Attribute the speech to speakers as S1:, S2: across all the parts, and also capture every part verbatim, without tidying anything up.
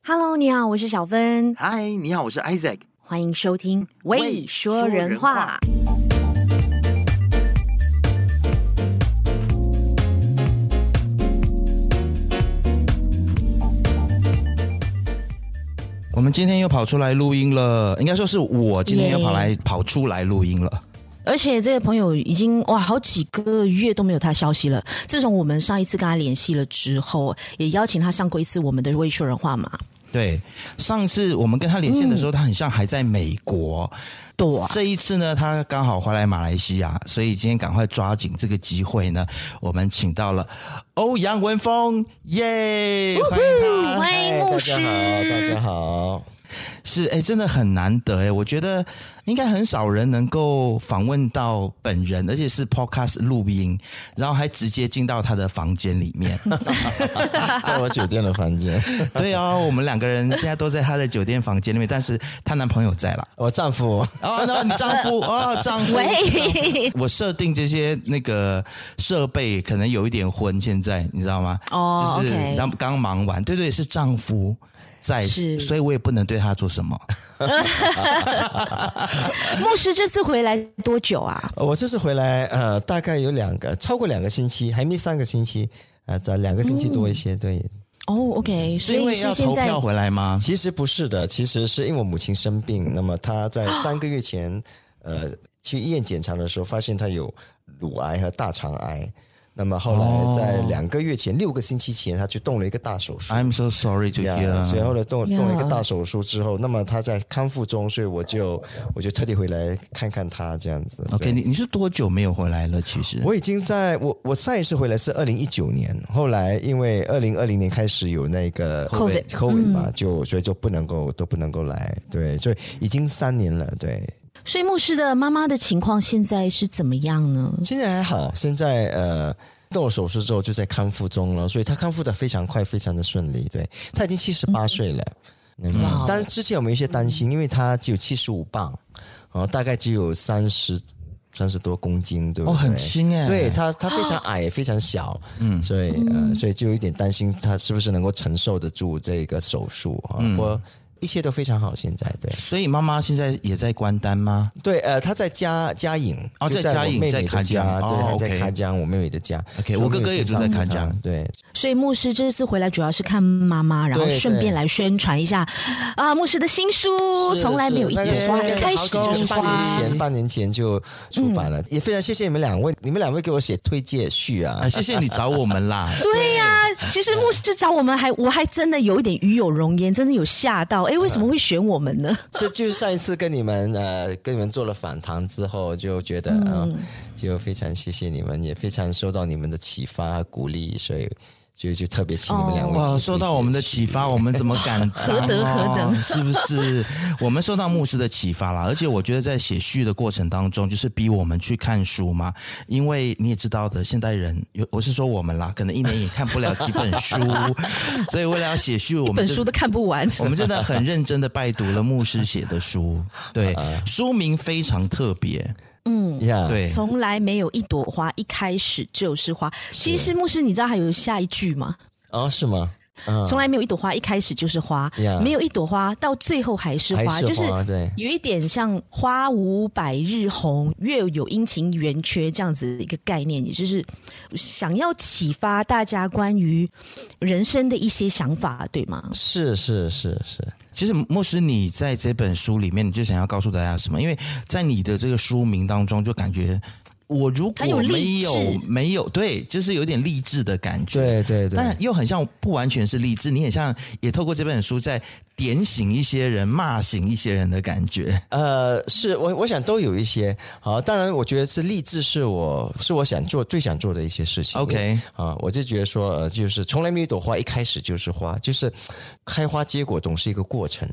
S1: Hello， 你好，我是小芬。
S2: 嗨，你好，我是 Isaac。
S1: 欢迎收听《喂说人话》。
S2: 我们今天又跑出来录音了，应该说是我今天又跑来、yeah. 跑出来录音了。
S1: 而且这个朋友已经哇好几个月都没有他消息了。自从我们上一次跟他联系了之后，也邀请他上过一次我们的喂说人话嘛。
S2: 对，上次我们跟他连线的时候、嗯、他很像还在美国。
S1: 对啊，
S2: 这一次呢他刚好回来马来西亚，所以今天赶快抓紧这个机会呢，我们请到了欧阳文峰，耶、yeah, 欢迎他，
S1: 欢迎牧师，
S3: 大家好。
S2: 是哎，真的很难得哎，我觉得应该很少人能够访问到本人，而且是 podcast 录音，然后还直接进到他的房间里面，
S3: 在我酒店的房间。
S2: 对哦，我们两个人现在都在他的酒店房间里面，但是她男朋友在啦。
S3: 我丈夫
S2: 哦，那你丈夫哦，丈夫。
S1: 喂，
S2: 我设定这些那个设备可能有一点昏，现在你知道吗？
S1: 哦，
S2: 就是
S1: okay.
S2: 刚刚忙完，对对，是丈夫。在，所以我也不能对他做什么。
S1: 牧师这次回来多久啊？
S3: 我这次回来呃，大概有两个，超过两个星期，还没三个星期啊，在、呃、两个星期多一些。嗯、对。
S1: 哦 ，OK， 所以是现在
S2: 要投票回来吗？
S3: 其实不是的，其实是因为我母亲生病，那么她在三个月前呃去医院检查的时候，发现她有乳癌和大肠癌。那么后来在两个月前、oh. 六个星期前，他就动了一个大手术。
S2: I'm so sorry to hear.
S3: Yeah, 所以后来动动了一个大手术之后， yeah. 那么他在康复中，所以我就我就特地回来看看他这样子。
S2: OK， 你你是多久没有回来了？其实
S3: 我已经在我我上一次回来是二零一九年，后来因为二零二零年开始有那个
S1: COVID
S3: COVID 嘛，嗯、就所以就不能够都不能够来，对，所以已经三年了，对。
S1: 所以牧师的妈妈的情况现在是怎么样呢？
S3: 现在还好，现在呃动了手术之后就在康复中了，所以她康复的非常快，非常的顺利。对，她已经七十八岁了，嗯嗯、但是之前我们有一些担心，因为她只有七十五磅，然后大概只有三十三十多公斤，对不对？
S2: 哦，很轻哎。
S3: 对，她她非常矮，也非常小，嗯，所以呃，所以就有一点担心她是不是能够承受得住这个手术啊？不过、嗯一切都非常好，现在对。
S2: 所以妈妈现在也在关丹吗？
S3: 对，呃，她在嘉嘉颖，
S2: 哦，在嘉颖，在卡江，
S3: 对，她在卡江，我妹妹的家。
S2: OK， 我哥哥也住在卡江，
S3: 对。
S1: 所以牧师这次回来主要是看妈妈，然后顺便来宣传一下啊，牧师的新书，从来没有一朵花，一开始就是花。
S3: 半年前，半年前就出版了，嗯、也非常谢谢你们两位，你们两位给我写推荐序啊，
S2: 啊谢谢你找我们啦。
S1: 对呀、啊，其实牧师找我们还，我还真的有一点与有荣焉，真的有吓到。哎，为什么会选我们呢？
S3: 这就是上一次跟你们呃跟你们做了访谈之后，就觉得啊、嗯呃，就非常谢谢你们，也非常受到你们的启发鼓励，所以就就特别请你们两位。
S2: 哇，受到我们的启发，我们怎么敢当、哦？
S1: 何德何能？
S2: 是不是？我们受到牧师的启发啦，而且我觉得在写序的过程当中，就是逼我们去看书嘛，因为你也知道的，现代人有，我是说我们啦，可能一年也看不了几本书，所以为了要写序，我们
S1: 一本书都看不完。
S2: 我们真的很认真的拜读了牧师写的书，对，书名非常特别。
S1: 嗯，
S3: yeah.
S2: 对，
S1: 从来没有一朵花一开始就是花。其实牧师，你知道还有下一句吗？
S3: 哦，是吗？
S1: 嗯、从来没有一朵花一开始就是花，
S3: yeah.
S1: 没有一朵花到最后还是花，
S3: 还是花，
S1: 就是有一点像花无百日红，月有阴晴圆缺这样子的一个概念，也就是想要启发大家关于人生的一些想法，对吗？
S3: 是是是是。
S2: 其实牧师，你在这本书里面，你就想要告诉大家什么？因为在你的这个书名当中，就感觉我如果没有没有对，就是有点励志的感觉，
S3: 对对对，
S2: 但又很像不完全是励志，你很像也透过这本书在点醒一些人，骂醒一些人的感觉。
S3: 呃，是我我想都有一些好，当然我觉得是励志是我是我想做最想做的一些事情。
S2: OK
S3: 啊，我就觉得说呃，就是从来没有一朵花一开始就是花，就是开花结果总是一个过程。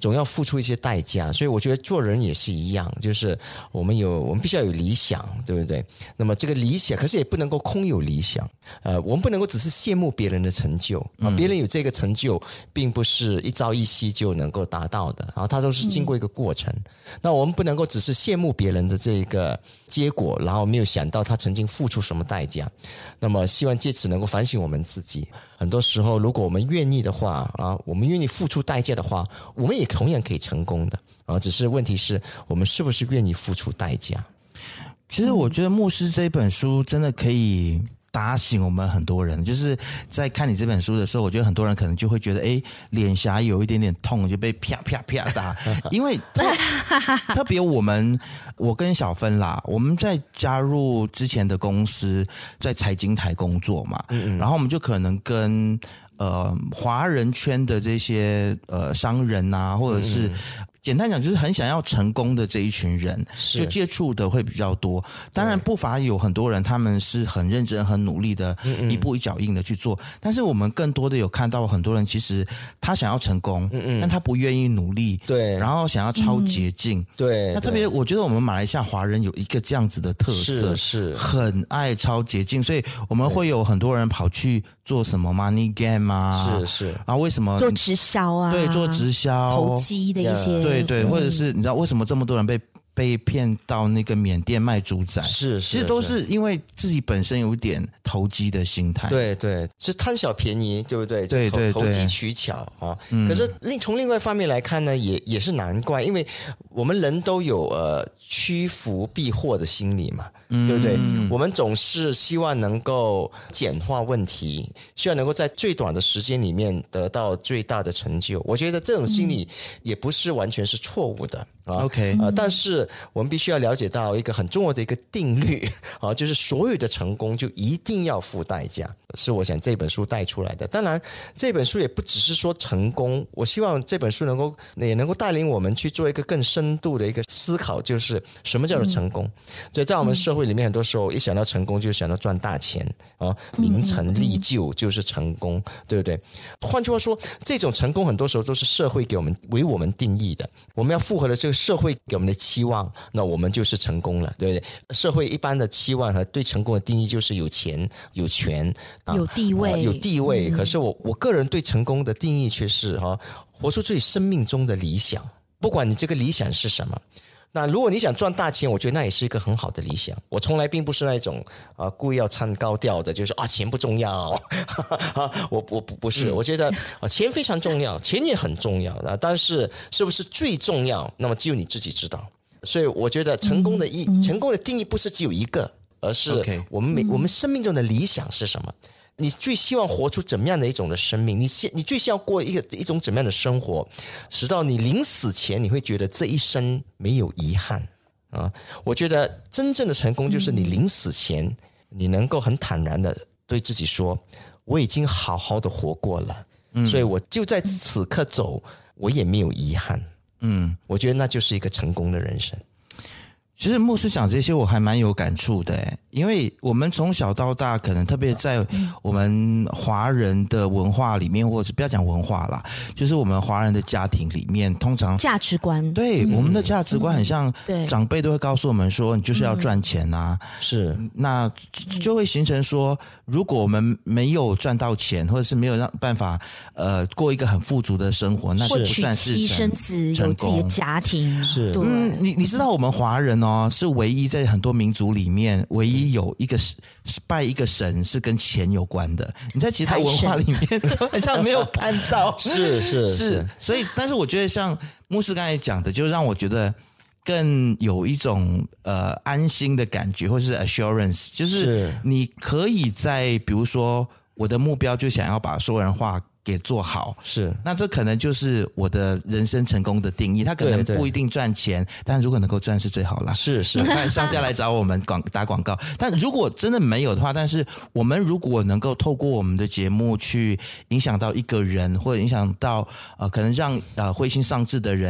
S3: 总要付出一些代价，所以我觉得做人也是一样，就是我们有我们必须要有理想，对不对？那么这个理想，可是也不能够空有理想，呃，我们不能够只是羡慕别人的成就啊，别人有这个成就，并不是一朝一夕就能够达到的，然后它都是经过一个过程。嗯、那我们不能够只是羡慕别人的这个结果，然后没有想到他曾经付出什么代价。那么希望借此能够反省我们自己。很多时候，如果我们愿意的话啊，我们愿意付出代价的话，我们也同样可以成功的啊。只是问题是我们是不是愿意付出代价？
S2: 其实我觉得牧师这本书真的可以打醒我们很多人，就是在看你这本书的时候，我觉得很多人可能就会觉得，哎，脸颊有一点点痛，就被啪啪啪打。因为特特别我们，我跟小芬啦，我们在加入之前的公司，在财经台工作嘛，嗯嗯然后我们就可能跟呃华人圈的这些呃商人啊，或者是。嗯嗯简单讲就是很想要成功的这一群人，就接触的会比较多。当然不乏有很多人他们是很认真很努力的一步一脚印的去做，但是我们更多的有看到很多人其实他想要成功，但他不愿意努力，
S3: 对，
S2: 然后想要超捷径，
S3: 对。
S2: 那特别我觉得我们马来西亚华人有一个这样子的特色，
S3: 是是
S2: 很爱超捷径，所以我们会有很多人跑去做什么 money game 啊，
S3: 是是
S2: 啊，为什么
S1: 做直销啊？
S2: 对，做直销
S1: 投机的一些。
S2: 对对，或者是你知道为什么这么多人被被骗到那个缅甸卖猪仔？
S3: 是，是
S2: 其实都是因为自己本身有点投机的心态。
S3: 对对，是贪小便宜，对不对？
S2: 对对对，
S3: 投机取巧啊。嗯、可是另从另外一方面来看呢，也也是难怪，因为我们人都有呃趋福避祸的心理嘛。嗯、对不对？我们总是希望能够简化问题，希望能够在最短的时间里面得到最大的成就。我觉得这种心理也不是完全是错误的。啊
S2: OK，
S3: 呃，但是我们必须要了解到一个很重要的一个定律啊，就是所有的成功就一定要付代价，是我想这本书带出来的。当然，这本书也不只是说成功，我希望这本书能够也能够带领我们去做一个更深度的一个思考，就是什么叫做成功。所以在我们社会里面，很多时候一想到成功，就想到赚大钱啊，名成利就就是成功，对不对？换句话说，这种成功很多时候都是社会给我们为我们定义的，我们要符合的这个社会给我们的期望，那我们就是成功了，对不对？社会一般的期望和对成功的定义就是有钱、有权、
S1: 啊、有地位、
S3: 啊、有地位。嗯、可是我我个人对成功的定义却是哈、啊，活出自己生命中的理想，不管你这个理想是什么。那如果你想赚大钱，我觉得那也是一个很好的理想。我从来并不是那种啊故意要唱高调的，就是啊钱不重要啊，我我不不是，嗯、我觉得啊钱非常重要，钱也很重要啊，但是是不是最重要，那么只有你自己知道。所以我觉得成功的意、嗯、成功的定义不是只有一个，而是我们每、嗯、我们生命中的理想是什么。你最希望活出怎么样的一种的生命？你你最希望过一个一种怎么样的生活，直到你临死前你会觉得这一生没有遗憾啊！我觉得真正的成功就是你临死前，你能够很坦然的对自己说：“我已经好好的活过了，嗯、所以我就在此刻走，我也没有遗憾。”嗯，我觉得那就是一个成功的人生。
S2: 其实牧师讲这些我还蛮有感触的，因为我们从小到大可能特别在我们华人的文化里面，或者不要讲文化啦，就是我们华人的家庭里面，通常
S1: 价值观，
S2: 对、嗯、我们的价值观很像长辈都会告诉我们说，你就是要赚钱啊，
S3: 是、
S2: 嗯、那就会形成说，如果我们没有赚到钱，或者是没有让办法呃过一个很富足的生活，那就不算是
S1: 娶妻生子，有自己的家庭，
S3: 是
S1: 对、
S2: 嗯、你你知道我们华人哦，是唯一在很多民族里面唯一有一个拜一个神是跟钱有关的，你在其他文化里面好像没有看到。
S3: 是是 是,
S2: 是，所以但是我觉得像牧师刚才讲的，就让我觉得更有一种呃安心的感觉，或是 assurance， 就是你可以在比如说我的目标就想要把说人话给做好，
S3: 是，
S2: 那这可能就是我的人生成功的定义。他可能不一定赚钱，但如果能够赚是最好啦。
S3: 是是，
S2: 看商家来找我们广打广告。但如果真的没有的话，但是我们如果能够透过我们的节目去影响到一个人，或者影响到呃可能让呃灰心丧志的人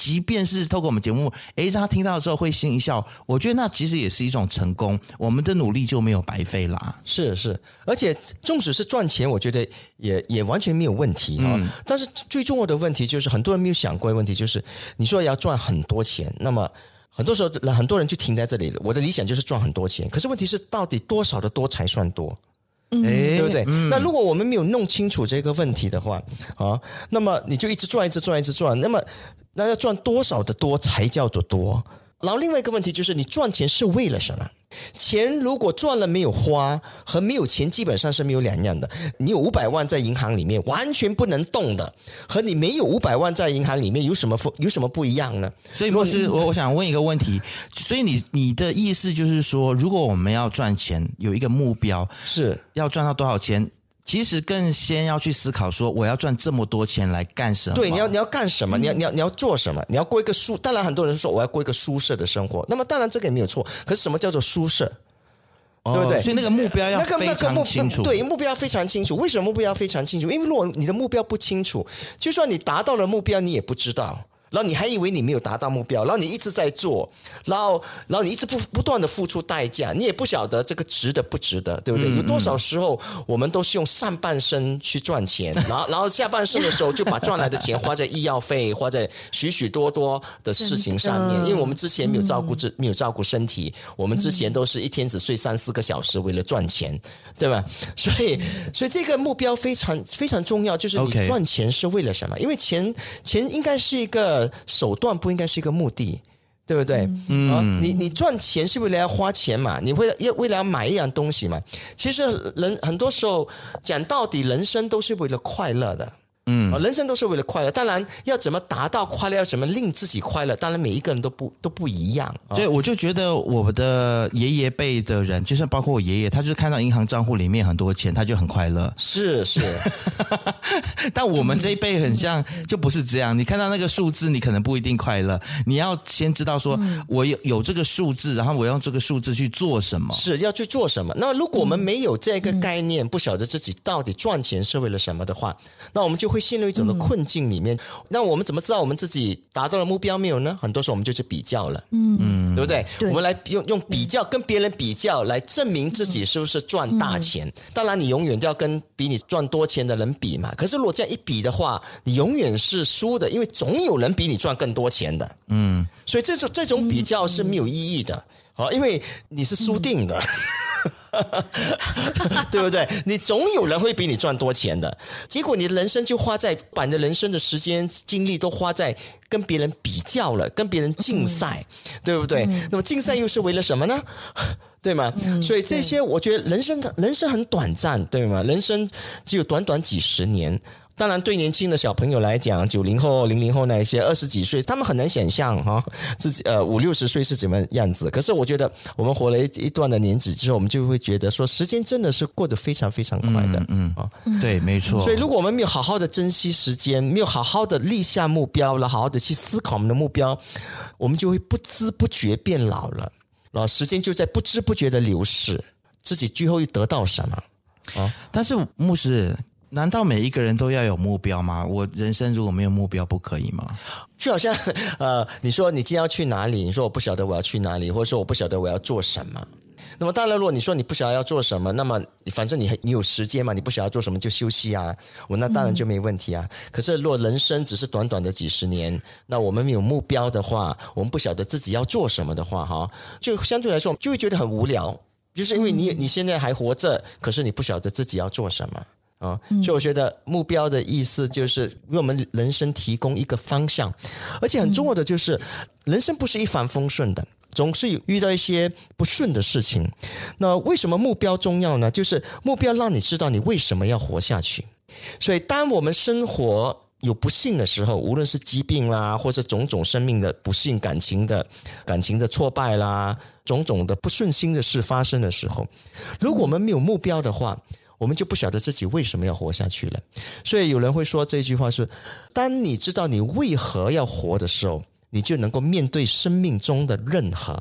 S2: 即便是透过我们节目，诶，让他听到之后会心一笑，我觉得那其实也是一种成功，我们的努力就没有白费啦。
S3: 是是，而且纵使是赚钱，我觉得也也完全没有问题啊、嗯。但是最重要的问题就是，很多人没有想过的问题就是，你说要赚很多钱，那么很多时候很多人就停在这里了。我的理想就是赚很多钱，可是问题是，到底多少的多才算多？嗯，对不对、嗯？那如果我们没有弄清楚这个问题的话，啊，那么你就一直赚，一直赚，一直赚，那么那要赚多少的多才叫做多？然后另外一个问题就是，你赚钱是为了什么？钱如果赚了没有花，和没有钱基本上是没有两样的。你有五百万在银行里面完全不能动的，和你没有五百万在银行里面有什么有什么不一样呢？
S2: 所以牧师，我我想问一个问题，所以你你的意思就是说，如果我们要赚钱，有一个目标
S3: 是要
S2: 赚到多少钱？其实更先要去思考说，我要赚这么多钱来干什么？
S3: 对，你要你要干什么？你要你要你要做什么？你要过一个舒，当然很多人说我要过一个舒适的生活，那么当然这个也没有错。可是什么叫做舒适？
S2: 哦、
S3: 对不对？
S2: 所以那个目标要非常清楚。
S3: 那个那个、对，目标非常清楚。为什么目标非常清楚？因为如果你的目标不清楚，就算你达到了目标，你也不知道。然后你还以为你没有达到目标，然后你一直在做，然后然后你一直不不断的付出代价，你也不晓得这个值得不值得，对不对？嗯、有多少时候我们都是用上半身去赚钱，然后然后下半身的时候就把赚来的钱花在医药费，花在许许多多的事情上面，因为我们之前没有照顾这、嗯、没有照顾身体，我们之前都是一天只睡三四个小时，为了赚钱，对吧？所以所以这个目标非常非常重要，就是你赚钱是为了什么？因为钱钱应该是一个手段，不应该是一个目的，对不对？嗯，啊、你你赚钱是为了要花钱嘛？你为了要为了要买一样东西嘛？其实人很多时候讲到底，人生都是为了快乐的。嗯，人生都是为了快乐，当然要怎么达到快乐，要怎么令自己快乐，当然每一个人都不都不一样。
S2: 所以我就觉得我的爷爷辈的人，就是包括我爷爷，他就是看到银行账户里面很多钱，他就很快乐。
S3: 是是，
S2: 但我们这一辈很像，就不是这样。你看到那个数字，你可能不一定快乐。你要先知道说，我有有这个数字，然后我用这个数字去做什么，
S3: 是要去做什么。那如果我们没有这个概念，不晓得自己到底赚钱是为了什么的话，那我们就会会陷入一种的困境里面、嗯、那我们怎么知道我们自己达到了目标没有呢？很多时候我们就去比较了，嗯，对不对？对，我们来用用比较跟别人比较来证明自己是不是赚大钱、嗯、当然你永远都要跟比你赚多钱的人比嘛，可是如果这样一比的话，你永远是输的，因为总有人比你赚更多钱的，嗯，所以这种这种比较是没有意义的，好，因为你是输定的、嗯对不对？你总有人会比你赚多钱的，结果你的人生就花在把你的人生的时间精力都花在跟别人比较了，跟别人竞赛、嗯、对不对、嗯、那么竞赛又是为了什么呢？对吗、嗯、所以这些我觉得人生人生很短暂，对吗？人生只有短短几十年，当然对年轻的小朋友来讲，九零后零零后那一些二十几岁，他们很难想象哈、哦、自己呃五六十岁是怎么样子。可是我觉得我们活了一一段的年纪之后，我们就会觉得说时间真的是过得非常非常快的，
S2: 嗯嗯、哦、对，没错。
S3: 所以如果我们没有好好的珍惜时间，没有好好的立下目标了，好好的去思考我们的目标，我们就会不知不觉变老了，然后时间就在不知不觉的流逝，自己最后又得到什么？
S2: 哦，但是牧师，难道每一个人都要有目标吗？我人生如果没有目标不可以吗？
S3: 就好像呃，你说你今天要去哪里，你说我不晓得我要去哪里，或者说我不晓得我要做什么。那么当然如果你说你不晓得要做什么，那么反正你你有时间嘛，你不晓得要做什么就休息啊，我那当然就没问题啊、嗯、可是如果人生只是短短的几十年，那我们没有目标的话，我们不晓得自己要做什么的话哈，就相对来说就会觉得很无聊，就是因为你你现在还活着，可是你不晓得自己要做什么啊、嗯，所以我觉得目标的意思就是为我们人生提供一个方向，而且很重要的就是、嗯、人生不是一帆风顺的，总是遇到一些不顺的事情。那为什么目标重要呢？就是目标让你知道你为什么要活下去。所以当我们生活有不幸的时候，无论是疾病啦，或者种种生命的不幸、感情的感情的挫败啦，种种的不顺心的事发生的时候，如果我们没有目标的话，我们就不晓得自己为什么要活下去了。所以有人会说这句话是，当你知道你为何要活的时候，你就能够面对生命中的任何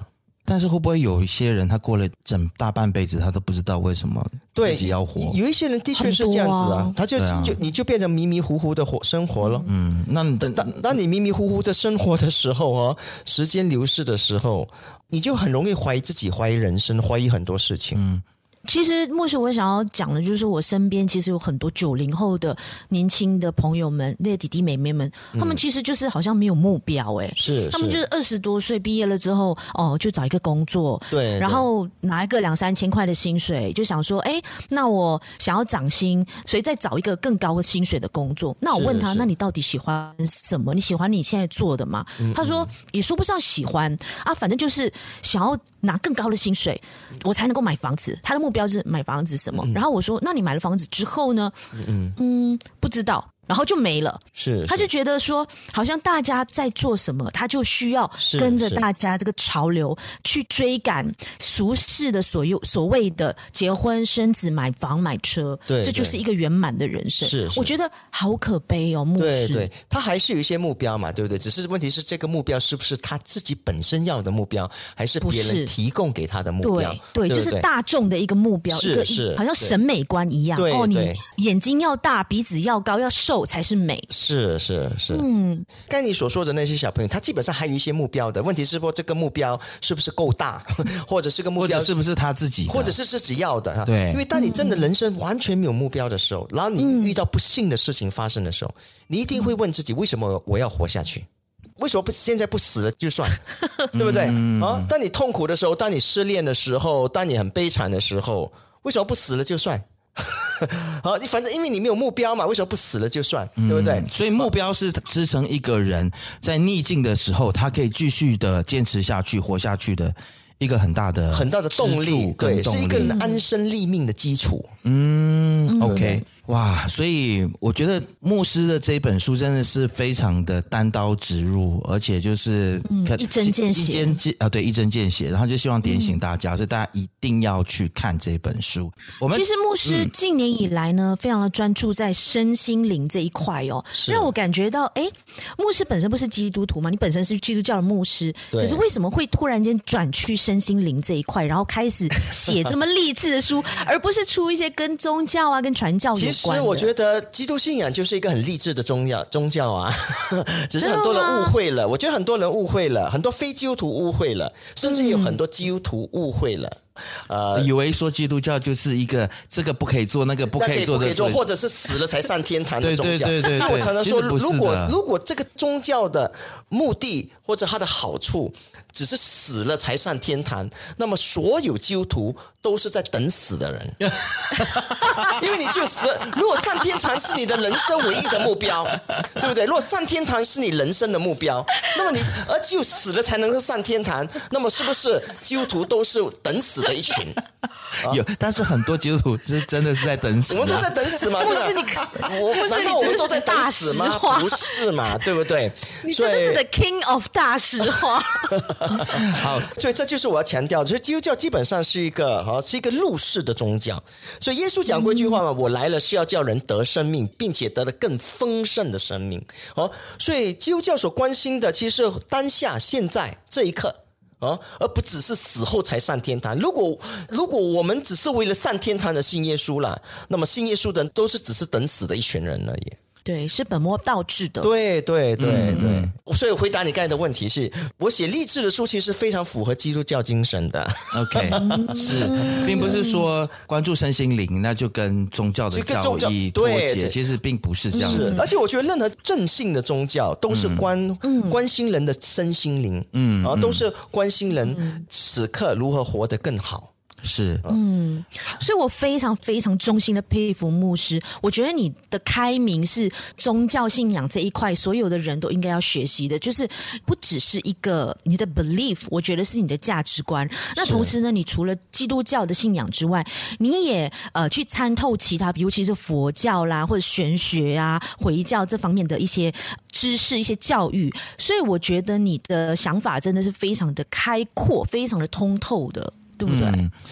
S2: 但是会不会有一些人他过了整大半辈子他都不知道为什么自己要活？
S3: 有一些人的确是这样子啊，他就、啊、就你就变成迷迷糊糊的活生活了。
S2: 嗯，那
S3: 当当你迷迷糊糊的生活的时候哦，时间流逝的时候，你就很容易怀疑自己，怀疑人生，怀疑很多事情。
S2: 嗯。
S1: 其实牧师我想要讲的就是我身边其实有很多九零后的年轻的朋友们，那些弟弟妹妹们、嗯、他们其实就是好像没有目标哎、欸，
S3: 是
S1: 他们就是二十多岁毕业了之后哦，就找一个工作，
S3: 对，
S1: 然后拿一个两三千块的薪水，就想说哎，那我想要涨薪，所以再找一个更高的薪水的工作。那我问他，那你到底喜欢什么？你喜欢你现在做的吗？嗯嗯，他说也说不上喜欢啊，反正就是想要拿更高的薪水，我才能够买房子。他的目标是买房子什么？嗯、然后我说，那你买了房子之后呢？嗯嗯，不知道。然后就没了，
S3: 是, 是
S1: 他就觉得说好像大家在做什么，他就需要跟着大家这个潮流去追赶俗世的所有所谓的结婚生子买房买车，
S3: 对，
S1: 这就是一个圆满的人生。
S3: 是, 是
S1: 我觉得好可悲哦，牧师。
S3: 对对，他还是有一些目标嘛，对不对？只是问题是这个目标是不是他自己本身要的目标，还是别人提供给他的目标？
S1: 对 对, 对，就是大众的一个目标，
S3: 是
S1: 一个
S3: 是
S1: 好像审美观一样。
S3: 对
S1: 哦，你眼睛要大，鼻子要高，要瘦才是美。
S3: 是是是，嗯，刚才你所说的那些小朋友，他基本上还有一些目标的。问题是说这个目标是不是够大，或者是个目标
S2: 是不是他自己的，
S3: 或者是自己要的？
S2: 对，
S3: 因为当你真的人生完全没有目标的时候，然后你遇到不幸的事情发生的时候，你一定会问自己：为什么我要活下去？为什么不现在不死了就算？对不对？嗯、啊，当你痛苦的时候，当你失恋的时候，当你很悲惨的时候，为什么不死了就算？好，你反正因为你没有目标嘛，为什么不死了就算，嗯、对不对？
S2: 所以目标是支撑一个人在逆境的时候，他可以继续的坚持下去、活下去的一个很大的
S3: 很大的动力，对，是一个人安身立命的基础。
S2: 嗯 ，OK， 哇，所以我觉得牧师的这本书真的是非常的单刀直入，而且就是、
S1: 嗯、一针见血，
S2: 一针啊，对，一针见血，然后就希望点醒大家，嗯、所以大家一定要去看这本书。我们
S1: 其实牧师近年以来呢，嗯、非常的专注在身心灵这一块哦，让我感觉到，哎，牧师本身不是基督徒嘛，你本身是基督教的牧师，可是为什么会突然间转去身心灵这一块，然后开始写这么励志的书，而不是出一些跟宗教啊、跟传教有关的？
S3: 其实我觉得基督信仰就是一个很励志的宗教，宗教啊，只是很多人误会了。我觉得很多人误会了，很多非基督徒误会了，甚至有很多基督徒误会了。
S2: 呃，以为说基督教就是一个这个不可以做，那个不可以做的，
S3: 做，或者是死了才上天堂的宗教。
S2: 对对对对对。
S3: 那我常常说，如果如果这个宗教的目的或者它的好处只是死了才上天堂，那么所有基督徒都是在等死的人。因为你就死了，如果上天堂是你的人生唯一的目标，对不对？如果上天堂是你人生的目标，那么你而只有死了才能够上天堂，那么是不是基督徒都是等死的一群？
S2: 有，但是很多基督徒是真的是在等死、啊，
S3: 我们都在等死吗？
S1: 不是你，
S3: 我难道我们都在等死吗？不是嘛，对不对？
S1: 你真的是 the king of 大实话。
S3: 好，所以这就是我要强调，就是基督教基本上是一个好是一个入世的宗教。所以耶稣讲过一句话嘛，嗯、我来了是要叫人得生命，并且得了更丰盛的生命。好，所以基督教所关心的其实是当下现在这一刻。啊，而不只是死后才上天堂。如果如果我们只是为了上天堂的信耶稣啦，那么信耶稣的人都是只是等死的一群人而已。
S1: 对，是本末倒置的。
S3: 对对对对、嗯，所以回答你刚才的问题是，我写励志的书其实非常符合基督教精神的。
S2: OK， 是，并不是说关注身心灵那就跟宗教的教义脱节，其实并不是这样子。
S3: 而且我觉得任何正信的宗教都是关、嗯、关心人的身心灵，嗯，啊，都是关心人此刻如何活得更好。
S2: 是，
S1: 嗯，所以我非常非常衷心的佩服牧师。我觉得你的开明是宗教信仰这一块所有的人都应该要学习的，就是不只是一个你的 belief， 我觉得是你的价值观。那同时呢，你除了基督教的信仰之外，你也呃去参透其他，比如其实佛教啦，或者玄学啊、回教这方面的一些知识、一些教育。所以我觉得你的想法真的是非常的开阔，非常的通透的。对不对？嗯，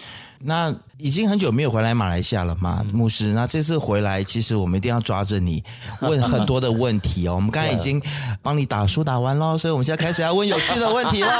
S2: 那已经很久没有回来马来西亚了嘛，牧师。那这次回来，其实我们一定要抓着你问很多的问题哦。我们刚才已经帮你打书打完咯，所以我们现在开始要问有趣的问题了。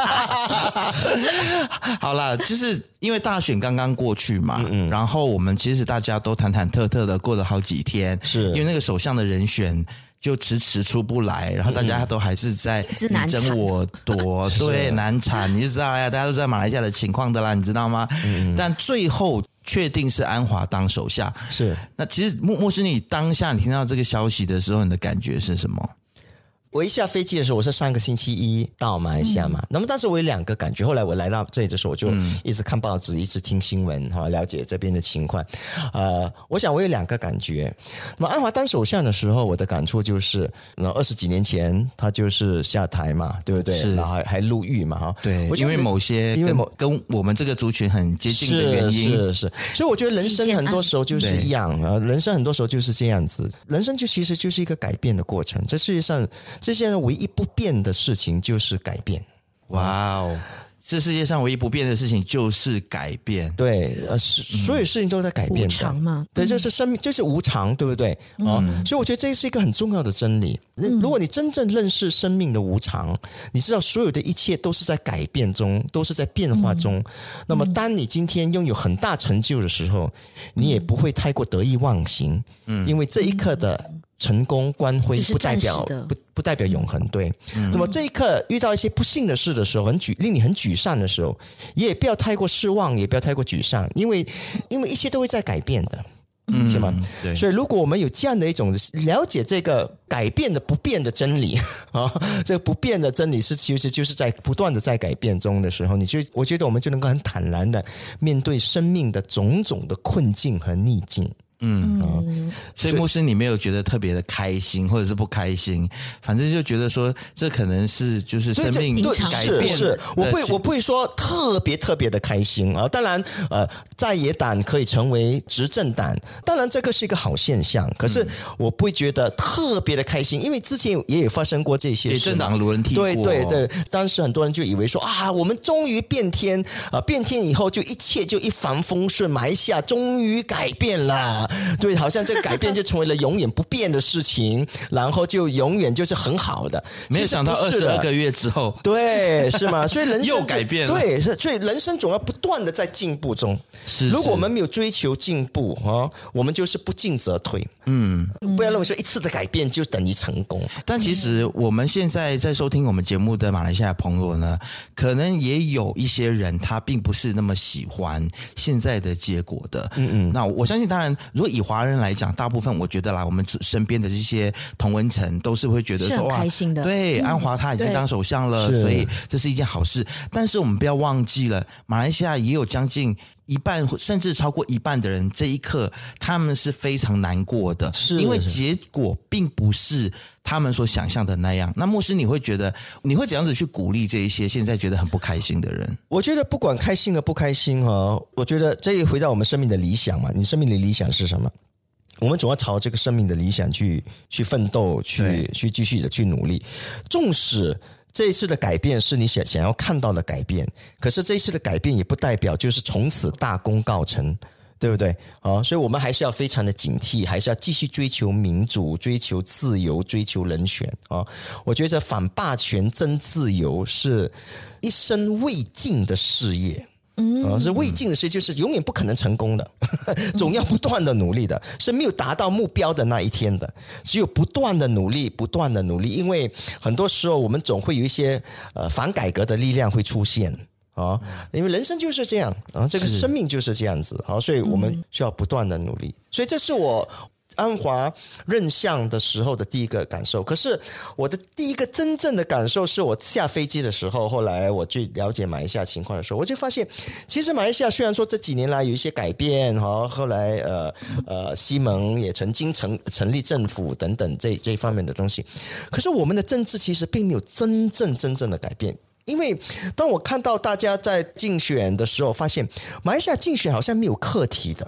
S2: 好啦，就是因为大选刚刚过去嘛，嗯嗯然后我们其实大家都忐忐忑忑的过了好几天，
S3: 是
S2: 因为那个首相的人选就迟迟出不来，然后大家都还是在你争我夺，对，难产，你就知道呀，大家都知道马来西亚的情况的啦，你知道吗？嗯、但最后确定是安华当首相，
S3: 是。
S2: 那其实牧牧师，你当下你听到这个消息的时候，你的感觉是什么？
S3: 我一下飞机的时候，我是上个星期一到马来西亚嘛，嗯、那么当时我有两个感觉。后来我来到这里的时候，我就一直看报纸，一直听新闻，哈，了解这边的情况。呃，我想我有两个感觉。那么安华当首相的时候，我的感触就是，那二十几年前他就是下台嘛，对不对？然后还还入狱嘛，哈。
S2: 对，因为某些因为某跟我们这个族群很接近的原因，
S3: 是是是。所以我觉得人生很多时候就是一样啊，人生很多时候就是这样子。人生就其实就是一个改变的过程。这世界上。这些人唯一不变的事情就是改变。
S2: 哇哦，这世界上唯一不变的事情就是改变。
S3: 对，呃，所有事情都在改变的。无
S1: 常嘛，
S3: 对，就是生命，就是无常，对不对？嗯、哦，所以我觉得这是一个很重要的真理。嗯、如果你真正认识生命的无常，你知道所有的一切都是在改变中，都是在变化中。嗯、那么，当你今天拥有很大成就的时候，你也不会太过得意忘形。嗯，因为这一刻的。成功光辉不代表不不代表永恒，对。嗯、那么这一刻遇到一些不幸的事的时候，很沮令你很沮丧的时候，也不要太过失望，也不要太过沮丧，因为因为一切都会在改变的，嗯，是吗？对。所以如果我们有这样的一种了解这个改变的不变的真理啊，这个不变的真理是其实就是在不断的在改变中的时候，你就我觉得我们就能够很坦然的面对生命的种种的困境和逆境。
S2: 嗯，嗯所以牧师，你没有觉得特别的开心，或者是不开心，反正就觉得说，这可能是就是生命改变。
S3: 是是，我不会我不会说特别特别的开心啊。当然，呃，在野党可以成为执政党，当然这个是一个好现象。可是我不会觉得特别的开心，因为之前也有发生过这些事。
S2: 政党轮替过，
S3: 对对对，当时很多人就以为说啊，我们终于变天啊，变天以后就一切就一帆风顺，马来西亚终于改变了。对，好像这个改变就成为了永远不变的事情，然后就永远就是很好的。
S2: 没有想到二十二个月之后，
S3: 对，是吗？所以人生
S2: 又改变了。
S3: 对，所以人生总要不断的在进步中。
S2: 是，
S3: 如果我们没有追求进步啊，我们就是不进则退。嗯，不要认为说一次的改变就等于成功。
S2: 但其实我们现在在收听我们节目的马来西亚朋友呢，可能也有一些人他并不是那么喜欢现在的结果的。嗯嗯，那我相信，当然，如果以华人来讲，大部分我觉得啦，我们身边的这些同温层都是会觉得说哇，
S1: 开心的，
S2: 对，安华他已经当首相了，所以这是一件好事。但是我们不要忘记了，马来西亚也有将近一半甚至超过一半的人，这一刻他们是非常难过的，因为结果并不是他们所想象的那样。那牧师，你会觉得你会怎样子去鼓励这一些现在觉得很不开心的人？
S3: 我觉得不管开心和不开心哈，我觉得这也回到我们生命的理想嘛。你生命的理想是什么？我们总要朝这个生命的理想去去奋斗，去去继续的去努力。纵使这一次的改变是你想想要看到的改变，可是这一次的改变也不代表就是从此大功告成，对不对？啊，所以我们还是要非常的警惕，还是要继续追求民主、追求自由、追求人权啊！我觉得反霸权、争自由是一生未尽的事业。嗯，是未尽的事，就是永远不可能成功的，总要不断的努力的，是没有达到目标的那一天的，只有不断的努力，不断的努力，因为很多时候我们总会有一些呃反改革的力量会出现啊，因为人生就是这样啊，这个生命就是这样子，好，所以我们需要不断的努力，所以这是我安华任相的时候的第一个感受。可是我的第一个真正的感受是我下飞机的时候，后来我去了解马来西亚情况的时候，我就发现其实马来西亚虽然说这几年来有一些改变，后来呃呃西蒙也曾经成成立政府等等这这一方面的东西，可是我们的政治其实并没有真正真正的改变。因为当我看到大家在竞选的时候，发现马来西亚竞选好像没有课题的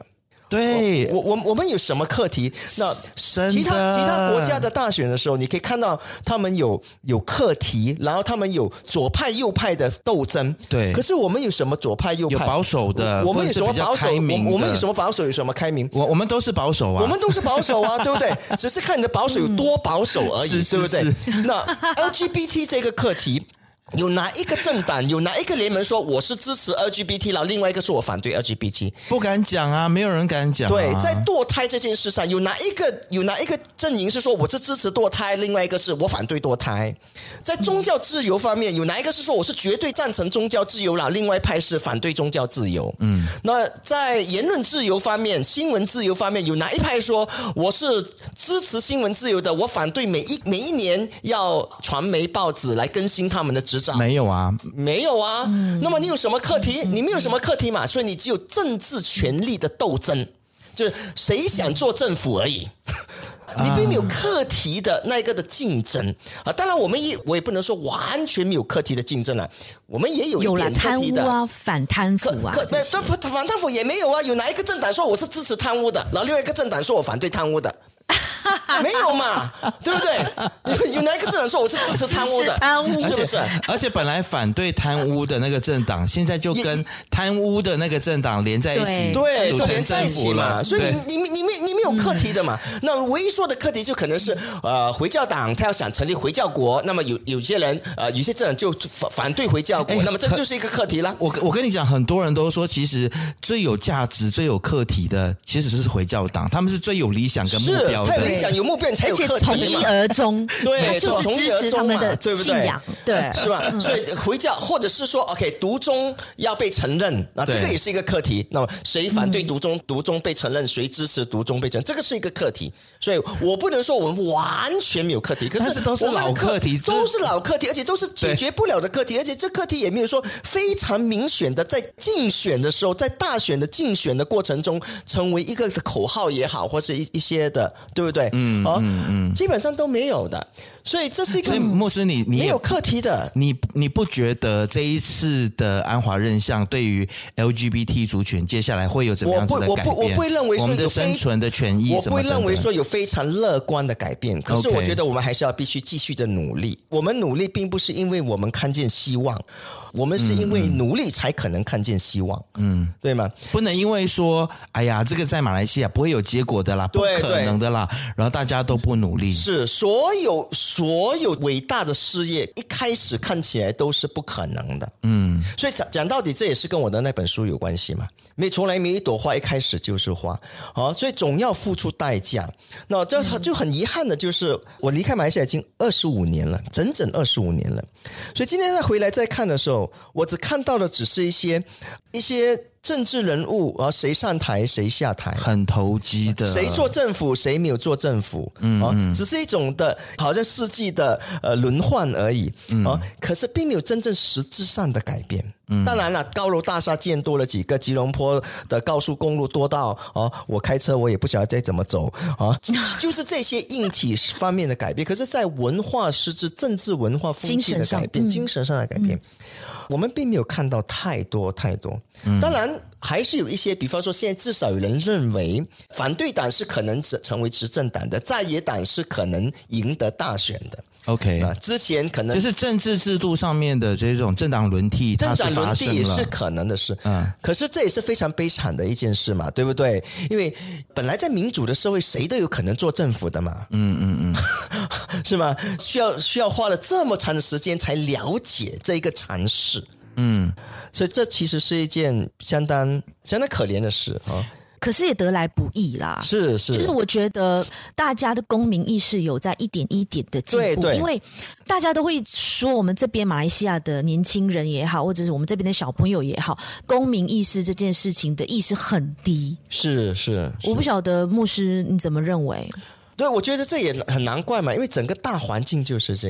S2: 对，
S3: 我我我们有什么课题？那其他其他国家的大选的时候，你可以看到他们有有课题，然后他们有左派右派的斗争。
S2: 对，
S3: 可是我们有什么左派右派？
S2: 有保守的，
S3: 我们有什么保守？我我们有什么保守？有什么开明？
S2: 我我们都是保守啊，
S3: 我们都是保守啊，对不对？只是看你的保守有多保守而已，
S2: 嗯、
S3: 对不对？
S2: 是是是
S3: 那 L G B T 这个课题。有哪一个政党，有哪一个联盟说我是支持 L G B T， 然后另外一个说我反对 L G B T？
S2: 不敢讲啊，没有人敢讲、啊。
S3: 对，在堕胎这件事上，有哪一个有哪一个阵营是说我是支持堕胎，另外一个是我反对堕胎？在宗教自由方面，有哪一个是说我是绝对赞成宗教自由，然后另外一派是反对宗教自由？嗯，那在言论自由方面、新闻自由方面，有哪一派说我是支持新闻自由的，我反对每一每一年要传媒报纸来更新他们的执照？
S2: 没有啊，
S3: 没有啊。嗯、那么你有什么课题？你没有什么课题嘛，所以你只有政治权力的斗争，就是谁想做政府而已。你并没有课题的那个的竞争啊！当然，我们也我也不能说完全没有课题的竞争了，我们也有一点课题的。
S1: 有了贪污啊，反贪腐啊，
S3: 可可不反贪腐也没有啊！有哪一个政党说我是支持贪污的，然后另外一个政党说我反对贪污的？没有嘛，对不对？有, 有哪一个政党说我是支持贪污的？
S1: 贪污
S3: 是不是？
S2: 而且本来反对贪污的那个政党，现在就跟贪污的那个政党连在一起，
S3: 对，
S2: 都
S3: 连在一起嘛。所以你你你没你没有课题的嘛？嗯、那唯一说的课题就可能是呃回教党他要想成立回教国，那么有有些人呃有些政党就反反对回教国，那么这就是一个课题了。
S2: 我我跟你讲，很多人都说，其实最有价值、最有课题的其实是回教党，他们是最有理想跟目标的。
S3: 太有理想有目标才有课题嘛，
S1: 从一而终，
S3: 对，
S1: 就是支持他们的信仰，对不对？
S3: 对，是吧？所以回教或者是说 ，OK， 独宗要被承认，那这个也是一个课题。那么谁反对独宗，嗯、独宗被承认，谁支持独宗被承认，这个是一个课题。所以我不能说我们完全没有课题，可是
S2: 都是老课题，
S3: 都是老课题，而且都是解决不了的课题，而且这课题也没有说非常明显的在竞选的时候，在大选的竞选的过程中成为一个口号也好，或是一一些的，对不对？嗯，啊、嗯嗯，基本上都没有的，所以这是一个。
S2: 所以牧师你，你
S3: 没有课题的，
S2: 你你不觉得这一次的安华任相对于 L G B T 族群接下来会有怎么样子的改变？
S3: 我不，我不，我不会认为说有
S2: 我们的生存的权益，
S3: 我不会认为说有非常乐观的改变。可是我觉得我们还是要必须继续的努力。Okay. 我们努力并不是因为我们看见希望，我们是因为努力才可能看见希望。嗯，对吗？
S2: 不能因为说，哎呀，这个在马来西亚不会有结果的啦，不可能的啦，然后大家都不努力。
S3: 是所有所有伟大的事业一开始看起来都是不可能的。嗯，所以讲讲到底，这也是跟我的那本书有关系嘛。没从来没一朵花一开始就是花，好，所以总要付出代价。那这就很遗憾的就是，我离开马来西亚已经二十五年了，整整二十五年了。所以今天再回来再看的时候，我只看到的只是一些一些政治人物啊，谁上台谁下台，
S2: 很投机的，
S3: 谁做政府谁没有做政府，嗯、啊，只是一种的好像世纪的呃轮换而已，嗯、啊，可是并没有真正实质上的改变。嗯、当然了，高楼大厦建多了几个，吉隆坡的高速公路多到哦、啊，我开车我也不晓得该怎么走啊，就是这些硬体方面的改变。可是，在文化实质、政治文化风气的改变、精神上的改变，嗯、我们并没有看到太多太多。嗯、当然。还是有一些，比方说，现在至少有人认为反对党是可能成为执政党的，在野党是可能赢得大选的。
S2: OK，
S3: 啊，之前可能
S2: 就是政治制度上面的这种政党轮替，
S3: 政党轮替也是可能的事。嗯，可是这也是非常悲惨的一件事嘛，对不对？因为本来在民主的社会，谁都有可能做政府的嘛。嗯嗯嗯，是吗？需要需要花了这么长的时间才了解这一个常识。嗯，所以这其实是一件相当相当可怜的事啊。
S1: 可是也得来不易啦，
S3: 是是，
S1: 就是我觉得大家的公民意识有在一点一点的进步，
S3: 对对，
S1: 因为大家都会说我们这边马来西亚的年轻人也好，或者是我们这边的小朋友也好，公民意识这件事情的意识很低，
S3: 是是，
S1: 我不晓得牧师你怎么认为？
S3: 对，我觉得这也很难怪嘛，因为整个大环境就是这样。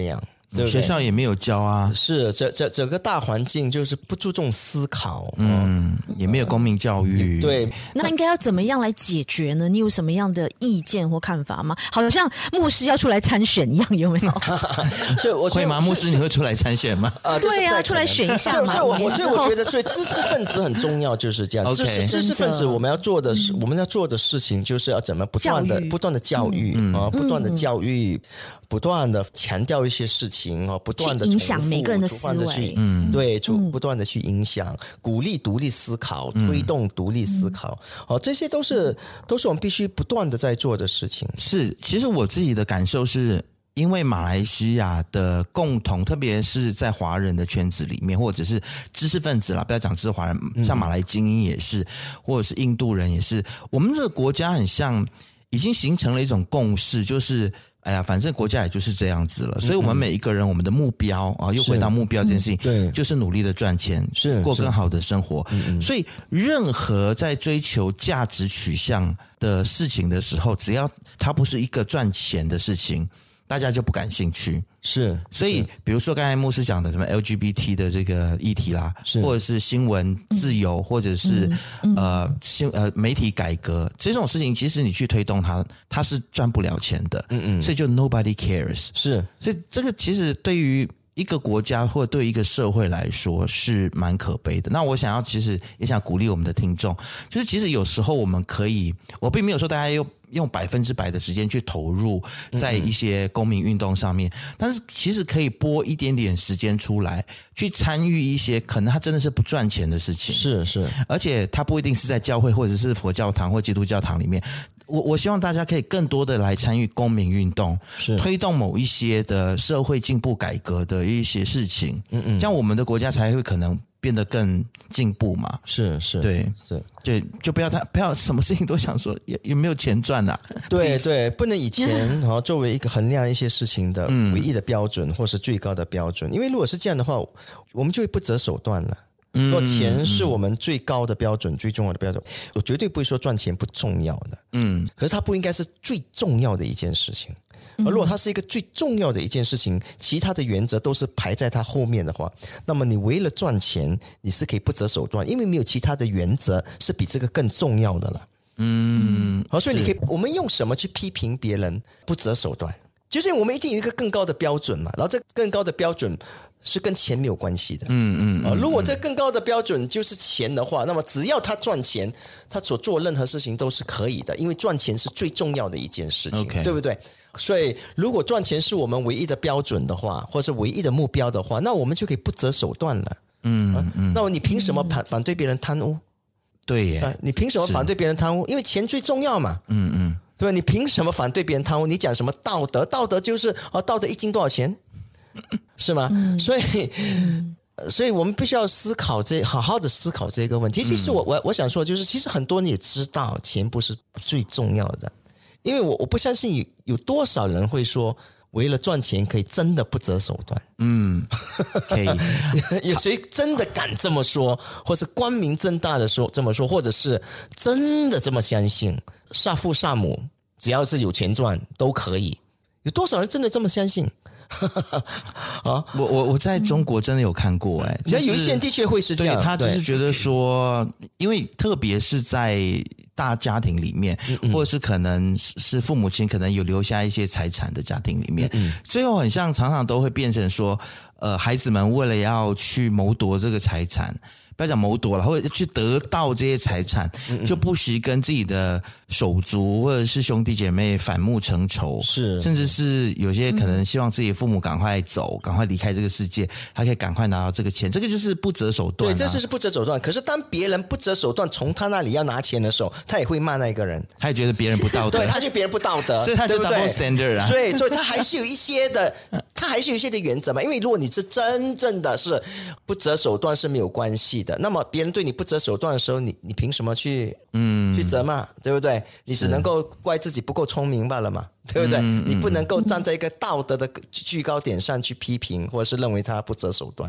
S3: 对不对？
S2: 学校也没有教啊，
S3: 是整整整个大环境就是不注重思考，
S2: 嗯，哦、也没有公民教育。
S3: 嗯、对，
S1: 那应该要怎么样来解决呢？你有什么样的意见或看法吗？好像牧师要出来参选一样，有没有？
S3: 是我
S2: 会吗？牧师你会出来参选吗？
S3: 啊、呃，
S1: 对啊，出来选一下嘛。
S3: 所以我我所以我觉得，所以知识分子很重要，就是这样。
S2: okay,
S3: 知识知识分子我们要做的是，我们要做的事情就是要怎么不断的不断的教育啊、嗯，不断的教育。嗯不断的强调一些事情哦，不断的
S1: 影响每个人的思维，
S3: 嗯，对，不断的去影响，鼓励独立思考，推动独立思考，哦，这些都是都是我们必须不断的在做的事情。
S2: 是，其实我自己的感受是，因为马来西亚的共同，特别是在华人的圈子里面，或者是知识分子啦，不要讲知识华人，像马来精英也是，或者是印度人也是，我们这个国家很像已经形成了一种共识，就是哎呀，反正国家也就是这样子了，所以我们每一个人，我们的目标啊，又回到目标这件事情，
S3: 对，
S2: 就是努力的赚钱，
S3: 是
S2: 过更好的生活。所以，任何在追求价值取向的事情的时候，只要它不是一个赚钱的事情，大家就不感兴趣。
S3: 是，
S2: 所以比如说刚才牧师讲的什么 L G B T 的这个议题啦，或者是新闻自由，嗯、或者是、嗯、呃新呃媒体改革这种事情，其实你去推动它，它是赚不了钱的。嗯嗯，所以就 nobody cares。
S3: 是，
S2: 所以这个其实对于一个国家或者对一个社会来说是蛮可悲的。那我想要其实也想鼓励我们的听众，就是其实有时候我们可以，我并没有说大家又用百分之百的时间去投入在一些公民运动上面，嗯、但是其实可以拨一点点时间出来，去参与一些可能它真的是不赚钱的事情。
S3: 是是，
S2: 而且它不一定是在教会或者是佛教堂或基督教堂里面。我我希望大家可以更多的来参与公民运动，
S3: 是推
S2: 动某一些的社会进步改革的一些事情。嗯嗯，这样我们的国家才会可能变得更进步嘛。
S3: 是是，
S2: 对
S3: 是，
S2: 就就不要他不要什么事情都想说有有没有钱赚啊？
S3: 对对，不能以钱哈作为一个衡量一些事情的唯一的标准，嗯、或是最高的标准。因为如果是这样的话，我们就会不择手段了。如果钱是我们最高的标准、嗯、最重要的标准，我绝对不会说赚钱不重要的。嗯，可是它不应该是最重要的一件事情。而如果它是一个最重要的一件事情，其他的原则都是排在它后面的话，那么你为了赚钱，你是可以不择手段，因为没有其他的原则是比这个更重要的了。嗯，好，所以你可以，我们用什么去批评别人不择手段？就是我们一定有一个更高的标准嘛，然后这更高的标准是跟钱没有关系的。嗯嗯、呃、如果这更高的标准就是钱的话，那么只要他赚钱，他所做任何事情都是可以的，因为赚钱是最重要的一件事情， okay. 对不对？所以如果赚钱是我们唯一的标准的话，或是唯一的目标的话，那我们就可以不择手段了。嗯嗯、呃，那么你凭什么反反对别人贪污？
S2: 对耶、
S3: 呃，你凭什么反对别人贪污？因为钱最重要嘛。嗯嗯。对吧？你凭什么反对别人贪污？你讲什么道德？道德就是哦，道德一斤多少钱，是吗？嗯、所以，所以我们必须要思考这，好好的思考这个问题。其实我我我想说，就是其实很多人也知道钱不是最重要的，因为我我不相信有有多少人会说为了赚钱可以真的不择手段。嗯，
S2: 可以。
S3: 有谁真的敢这么说，或是光明正大的说这么说，或者是真的这么相信？杀父杀母，只要是有钱赚都可以。有多少人真的这么相信？
S2: 啊，我我我在中国真的有看过哎、欸，
S3: 就是、有一些人的确会是这样，
S2: 对他就是觉得说，因为特别是在大家庭里面，嗯嗯或者是可能是父母亲可能有留下一些财产的家庭里面，嗯嗯最后很像常常都会变成说，呃，孩子们为了要去谋夺这个财产。不要讲谋夺了，或者去得到这些财产，就不惜跟自己的手足或者是兄弟姐妹反目成仇，
S3: 是，
S2: 甚至是有些可能希望自己的父母赶快走，赶快离开这个世界，他可以赶快拿到这个钱，这个就是不择手段、啊。
S3: 对，这是不择手段。可是当别人不择手段从他那里要拿钱的时候，他也会骂那个人，
S2: 他也觉得别人不道德，
S3: 对，他觉得别人不道德，
S2: 所以他就 double standard 啊。
S3: 所以，所以他还是有一些的，他还是有一些的原则嘛。因为如果你是真正的是不择手段是没有关系的。那么别人对你不择手段的时候，你你凭什么去嗯去责骂，对不对？你只能够怪自己不够聪明罢了嘛，对不对？嗯、你不能够站在一个道德的居高点上去批评，或者是认为他不择手段。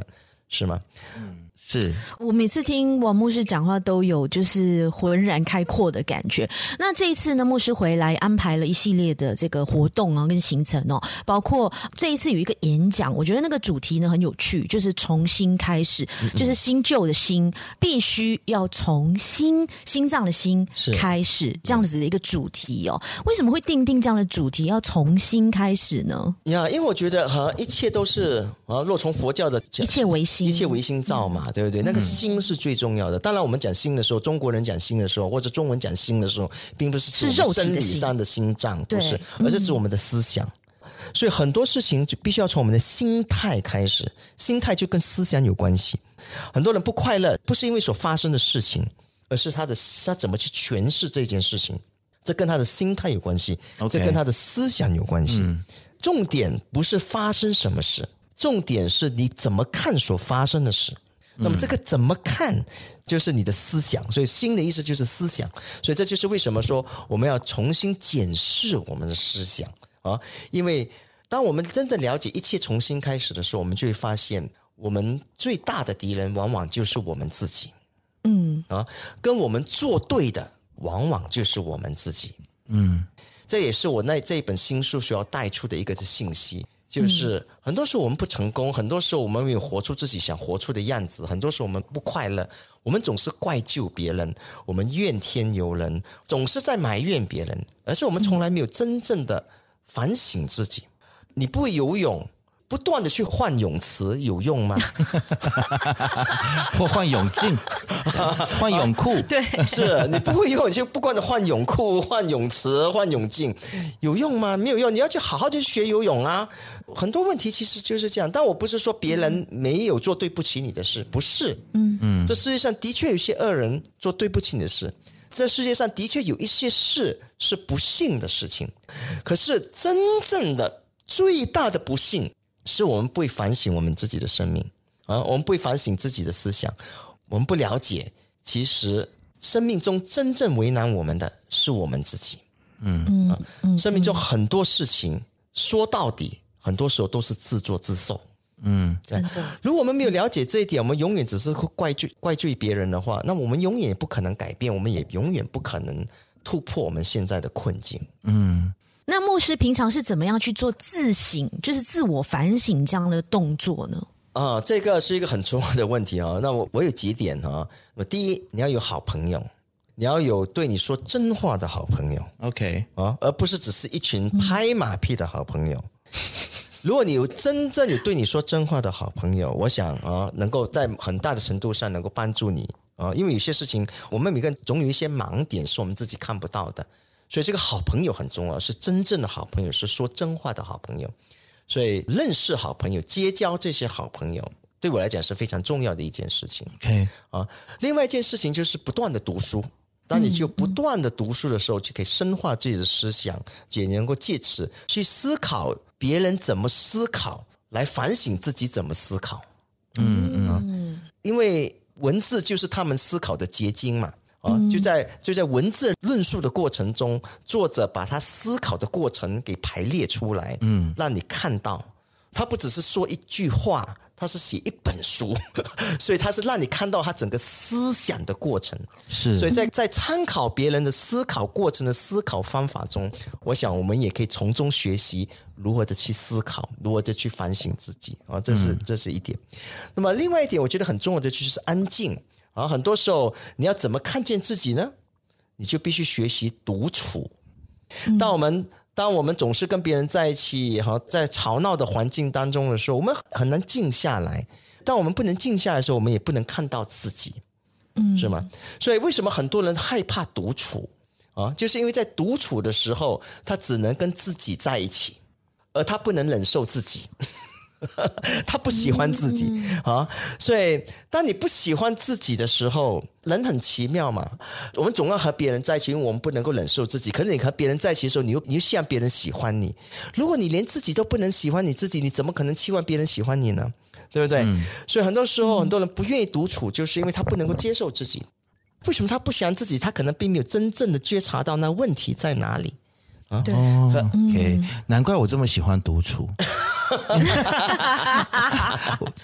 S3: 是吗？
S2: 嗯，是
S1: 我每次听王牧师讲话都有就是浑然开阔的感觉。那这一次呢，牧师回来安排了一系列的这个活动啊跟行程哦，包括这一次有一个演讲，我觉得那个主题呢很有趣，就是重新开始，就是新旧的新必须要从心心脏的心开始这样子的一个主题哦。为什么会定定这样的主题要从心开始呢？
S3: 呀，因为我觉得哈，一切都是啊，若从佛教的
S1: 一切唯心，
S3: 一切唯心造嘛，对不对？那个心是最重要的。当然，我们讲心的时候，中国人讲心的时候，或者中文讲心的时候，并不是指我们生理上的心脏，不是，而是指我们的思想。所以很多事情就必须要从我们的心态开始，心态就跟思想有关系。很多人不快乐，不是因为所发生的事情，而是他的他怎么去诠释这件事情，这跟他的心态有关系，
S2: okay.
S3: 这跟他的思想有关系。嗯，重点不是发生什么事，重点是你怎么看所发生的事。那么这个怎么看就是你的思想，所以心的意思就是思想。所以这就是为什么说我们要重新检视我们的思想啊，因为当我们真的了解一切重新开始的时候，我们就会发现我们最大的敌人往往就是我们自己。嗯啊，跟我们作对的往往就是我们自己。嗯，这也是我那这一本新书所要带出的一个信息，就是很多时候我们不成功，很多时候我们没有活出自己想活出的样子，很多时候我们不快乐，我们总是怪疚别人，我们怨天尤人，总是在埋怨别人，而是我们从来没有真正的反省自己。你不会游泳，不断的去换泳池有用吗？
S2: 或换泳镜，换泳裤。
S1: 对，
S3: 是你不会游泳就不断的换泳裤、换泳池、换泳镜，有用吗？没有用。你要去好好去学游泳啊。很多问题其实就是这样。但我不是说别人没有做对不起你的事，不是。嗯嗯，这世界上的确有些恶人做对不起你的事。这世界上的确有一些事是不幸的事情，可是真正的最大的不幸是我们不会反省我们自己的生命啊，我们不会反省自己的思想，我们不了解其实生命中真正为难我们的是我们自己。嗯、啊、生命中很多事情说到底很多时候都是自作自受。嗯，如果我们没有了解这一点，我们永远只是怪罪怪罪别人的话，那我们永远也不可能改变，我们也永远不可能突破我们现在的困境。嗯，
S1: 那牧师平常是怎么样去做自省，就是自我反省这样的动作呢？
S3: 啊，这个是一个很重要的问题啊。那我我有几点啊。第一，你要有好朋友，你要有对你说真话的好朋友
S2: ，OK
S3: 啊，而不是只是一群拍马屁的好朋友。如果你有真正有对你说真话的好朋友，我想啊，能够在很大的程度上能够帮助你啊，因为有些事情我们每个人总有一些盲点是我们自己看不到的，所以这个好朋友很重要，是真正的好朋友，是说真话的好朋友。所以认识好朋友，结交这些好朋友，对我来讲是非常重要的一件事情。
S2: OK
S3: 啊，另外一件事情就是不断的读书。当你就不断的读书的时候，就可以深化自己的思想，也能够借此去思考别人怎么思考，来反省自己怎么思考。嗯嗯、啊，因为文字就是他们思考的结晶嘛。啊，就在就在文字论述的过程中，作者把他思考的过程给排列出来，嗯，让你看到，他不只是说一句话，他是写一本书，所以他是让你看到他整个思想的过程。
S2: 是，
S3: 所以在在参考别人的思考过程的思考方法中，我想我们也可以从中学习如何的去思考，如何的去反省自己啊，这是这是一点。那么另外一点，我觉得很重要的就是安静。啊，很多时候你要怎么看见自己呢？你就必须学习独处。当我们当我们总是跟别人在一起，在吵闹的环境当中的时候，我们很难静下来。当我们不能静下来的时候，我们也不能看到自己，嗯，是吗？所以为什么很多人害怕独处啊？就是因为在独处的时候，他只能跟自己在一起，而他不能忍受自己。他不喜欢自己啊，所以当你不喜欢自己的时候，人很奇妙嘛。我们总要和别人在一起，因为我们不能够忍受自己。可是你和别人在一起的时候，你又你又希望别人喜欢你。如果你连自己都不能喜欢你自己，你怎么可能期望别人喜欢你呢？对不对？嗯、所以很多时候，很多人不愿意独处，就是因为他不能够接受自己。为什么他不喜欢自己？他可能并没有真正的觉察到那问题在哪里。
S2: 啊、对、哦、，OK，、嗯、难怪我这么喜欢独处。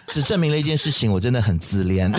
S2: 只证明了一件事情，我真的很自恋。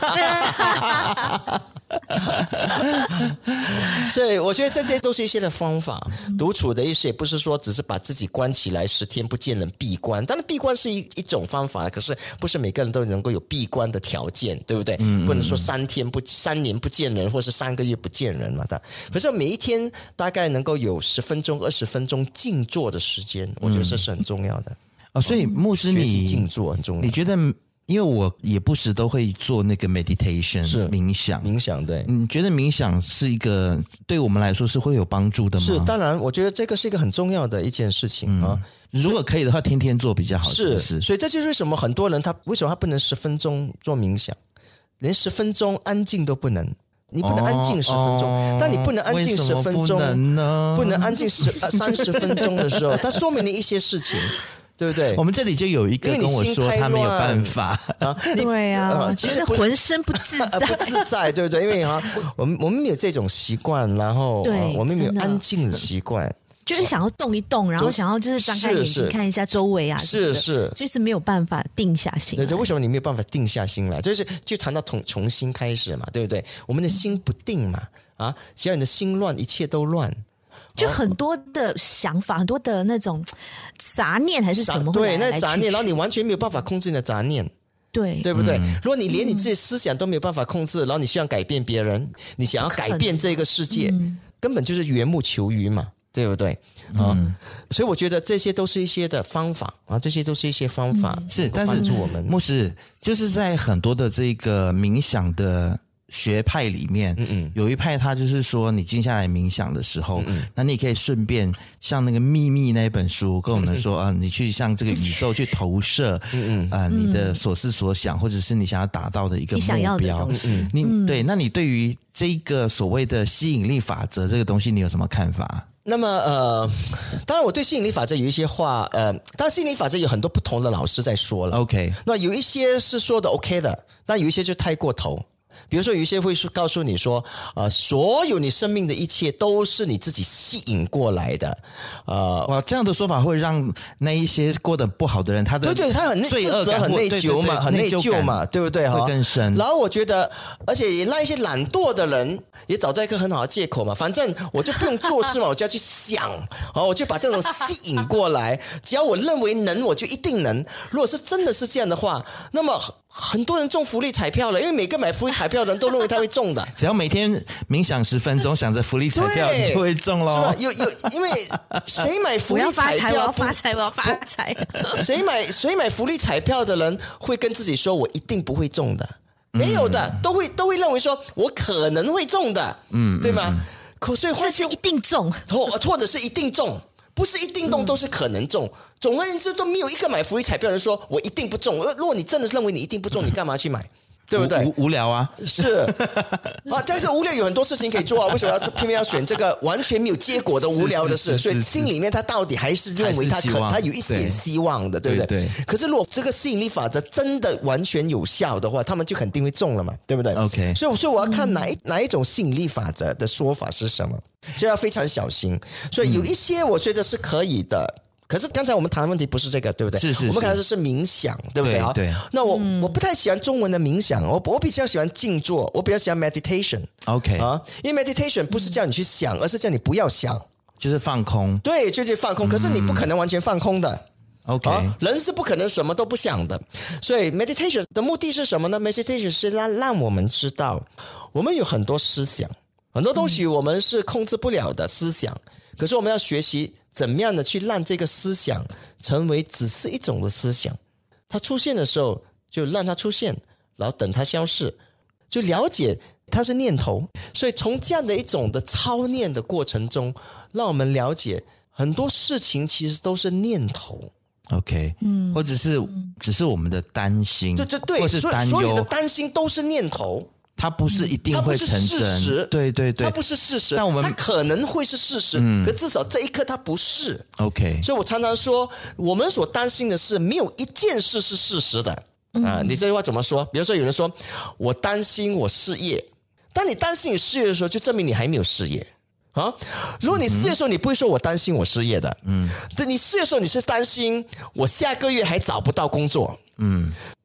S3: 所以我觉得这些都是一些的方法。独处的意思也不是说只是把自己关起来十天不见人闭关，当然闭关是一一种方法，可是不是每个人都能够有闭关的条件，对不对？嗯、不能说三天不三年不见人，或是三个月不见人嘛。可是每一天大概能够有十分钟、二十分钟静坐的时间，我觉得这是很重要的。嗯、
S2: 哦，所以牧师你，
S3: 学习静坐很重要。
S2: 你觉得？因为我也不时都会做那个 meditation
S3: 是
S2: 冥想，
S3: 冥想对。
S2: 你觉得冥想是一个对我们来说是会有帮助的吗？
S3: 是，当然，我觉得这个是一个很重要的一件事情、嗯、啊。
S2: 如果可以的话，天天做比较好，是不是？
S3: 所以这就是为什么很多人他为什么他不能十分钟做冥想，连十分钟安静都不能。你不能安静十分钟，哦、但你不能安静十分钟，
S2: 不能呢？
S3: 不能安静十三十分钟的时候，它说明了一些事情。对不对？
S2: 我们这里就有一个跟我说他没有办法
S1: 啊，对啊，呃、其实浑身不自在，
S3: 不自在，对不对？因为哈，我们我们没有这种习惯，然后、呃、我们没有安静的习惯，
S1: 就是想要动一动，然后想要就是张开眼睛看一下周围啊，
S3: 是是，
S1: 就是没有办法定下心来。
S3: 对，为什么你没有办法定下心来？就是就谈到重重新开始嘛，对不对？我们的心不定嘛，啊，只要你的心乱，一切都乱。
S1: 就很多的想法，很多的那种杂念还是什么会来来去去，
S3: 对，那杂念，然后你完全没有办法控制你的杂念，
S1: 对，
S3: 对不对？嗯、如果你连你自己思想都没有办法控制，然后你希望改变别人，你想要改变这个世界，嗯、根本就是缘木求鱼嘛，对不对？啊、嗯，所以我觉得这些都是一些的方法啊，这些都是一些方法，
S2: 嗯、是，但是
S3: 我们
S2: 牧师就是在很多的这个冥想的学派里面，嗯嗯，有一派他就是说，你静下来冥想的时候，嗯嗯，那你可以顺便像那个《秘密》那本书跟我们说啊、呃，你去向这个宇宙去投射，嗯嗯，啊、呃，你的所思所想，或者是你想要达到的一个目标，
S1: 嗯，
S2: 你对，那你对于这个所谓的吸引力法则这个东西，你有什么看法？
S3: 那么呃，当然我对吸引力法则有一些话，呃，当然吸引力法则有很多不同的老师在说了
S2: ，OK，
S3: 那有一些是说的 OK 的，但有一些就太过头。比如说有一些会告诉你说呃，所有你生命的一切都是你自己吸引过来的，呃，
S2: 哇，这样的说法会让那一些过得不好的人，他的
S3: 对对，他很自责、很内疚嘛，很内疚嘛，对不对？
S2: 会更深。
S3: 然后我觉得，而且也让一些懒惰的人也找到一个很好的借口嘛，反正我就不用做事嘛，我就要去想，然后我就把这种吸引过来，只要我认为能，我就一定能。如果是真的是这样的话，那么很多人中福利彩票了，因为每个买福利彩票的人都认为他会中的。
S2: 只要每天冥想十分钟，想着福利彩票，你就会中咯。
S3: 是吧？有有，因为谁买福利彩票？
S1: 我要发财，我要发财，我要发财。
S3: 谁买谁买福利彩票的人会跟自己说：“我一定不会中的。”没有的，都会都会认为说：“我可能会中的。”嗯，对吗？可所以
S1: 这是一定中，
S3: 或或者是一定中。不是一定中，都是可能中。总而言之，都没有一个买福利彩票的人说我一定不中。如果你真的认为你一定不中，你干嘛去买？对不对？
S2: 无, 无聊啊，
S3: 是啊，但是无聊有很多事情可以做啊，为什么要偏偏要选这个完全没有结果的无聊的事？所以心里面他到底还是认为他可他有一点希望的，对不对？
S2: 对对。
S3: 可是如果这个吸引力法则真的完全有效的话，他们就肯定会中了嘛，对不对
S2: ？OK。
S3: 所以，所以我要看哪一、嗯、哪一种吸引力法则的说法是什么，所以要非常小心。所以有一些我觉得是可以的。可是刚才我们谈的问题不是这个，对不对？
S2: 是是是，
S3: 我们谈的是冥想，对不对？
S2: 对对。
S3: 那我、嗯、我不太喜欢中文的冥想，我我比较喜欢静坐，我比较喜欢 meditation。OK 啊，因为 meditation 不是叫你去想，而是叫你不要想，
S2: 就是放空。
S3: 对，就是放空。可是你不可能完全放空的。
S2: OK，、
S3: 啊、人是不可能什么都不想的。所以 meditation 的目的是什么呢 ？meditation 是让让我们知道，我们有很多思想，很多东西我们是控制不了的思想。嗯，可是我们要学习怎么样的去让这个思想成为只是一种的思想，它出现的时候就让它出现，然后等它消逝，就了解它是念头。所以从这样的一种的操念的过程中，让我们了解很多事情其实都是念头。
S2: OK， 嗯，或者是只是我们的担心，
S3: 对对对，
S2: 或是担忧，
S3: 所有的担心都是念头。
S2: 它不是一定会成真，它不是事实，
S3: 对
S2: 对对，
S3: 它不是事实，
S2: 但我们
S3: 它可能会是事实，嗯，可至少这一刻它不是。
S2: OK，
S3: 所以我常常说，我们所担心的是没有一件事是事实的。嗯、啊，你这句话怎么说？比如说有人说我担心我失业，当你担心你失业的时候，就证明你还没有失业啊。如果你失业的时候，你不会说我担心我失业的，嗯，对，你失业的时候你是担心我下个月还找不到工作，嗯。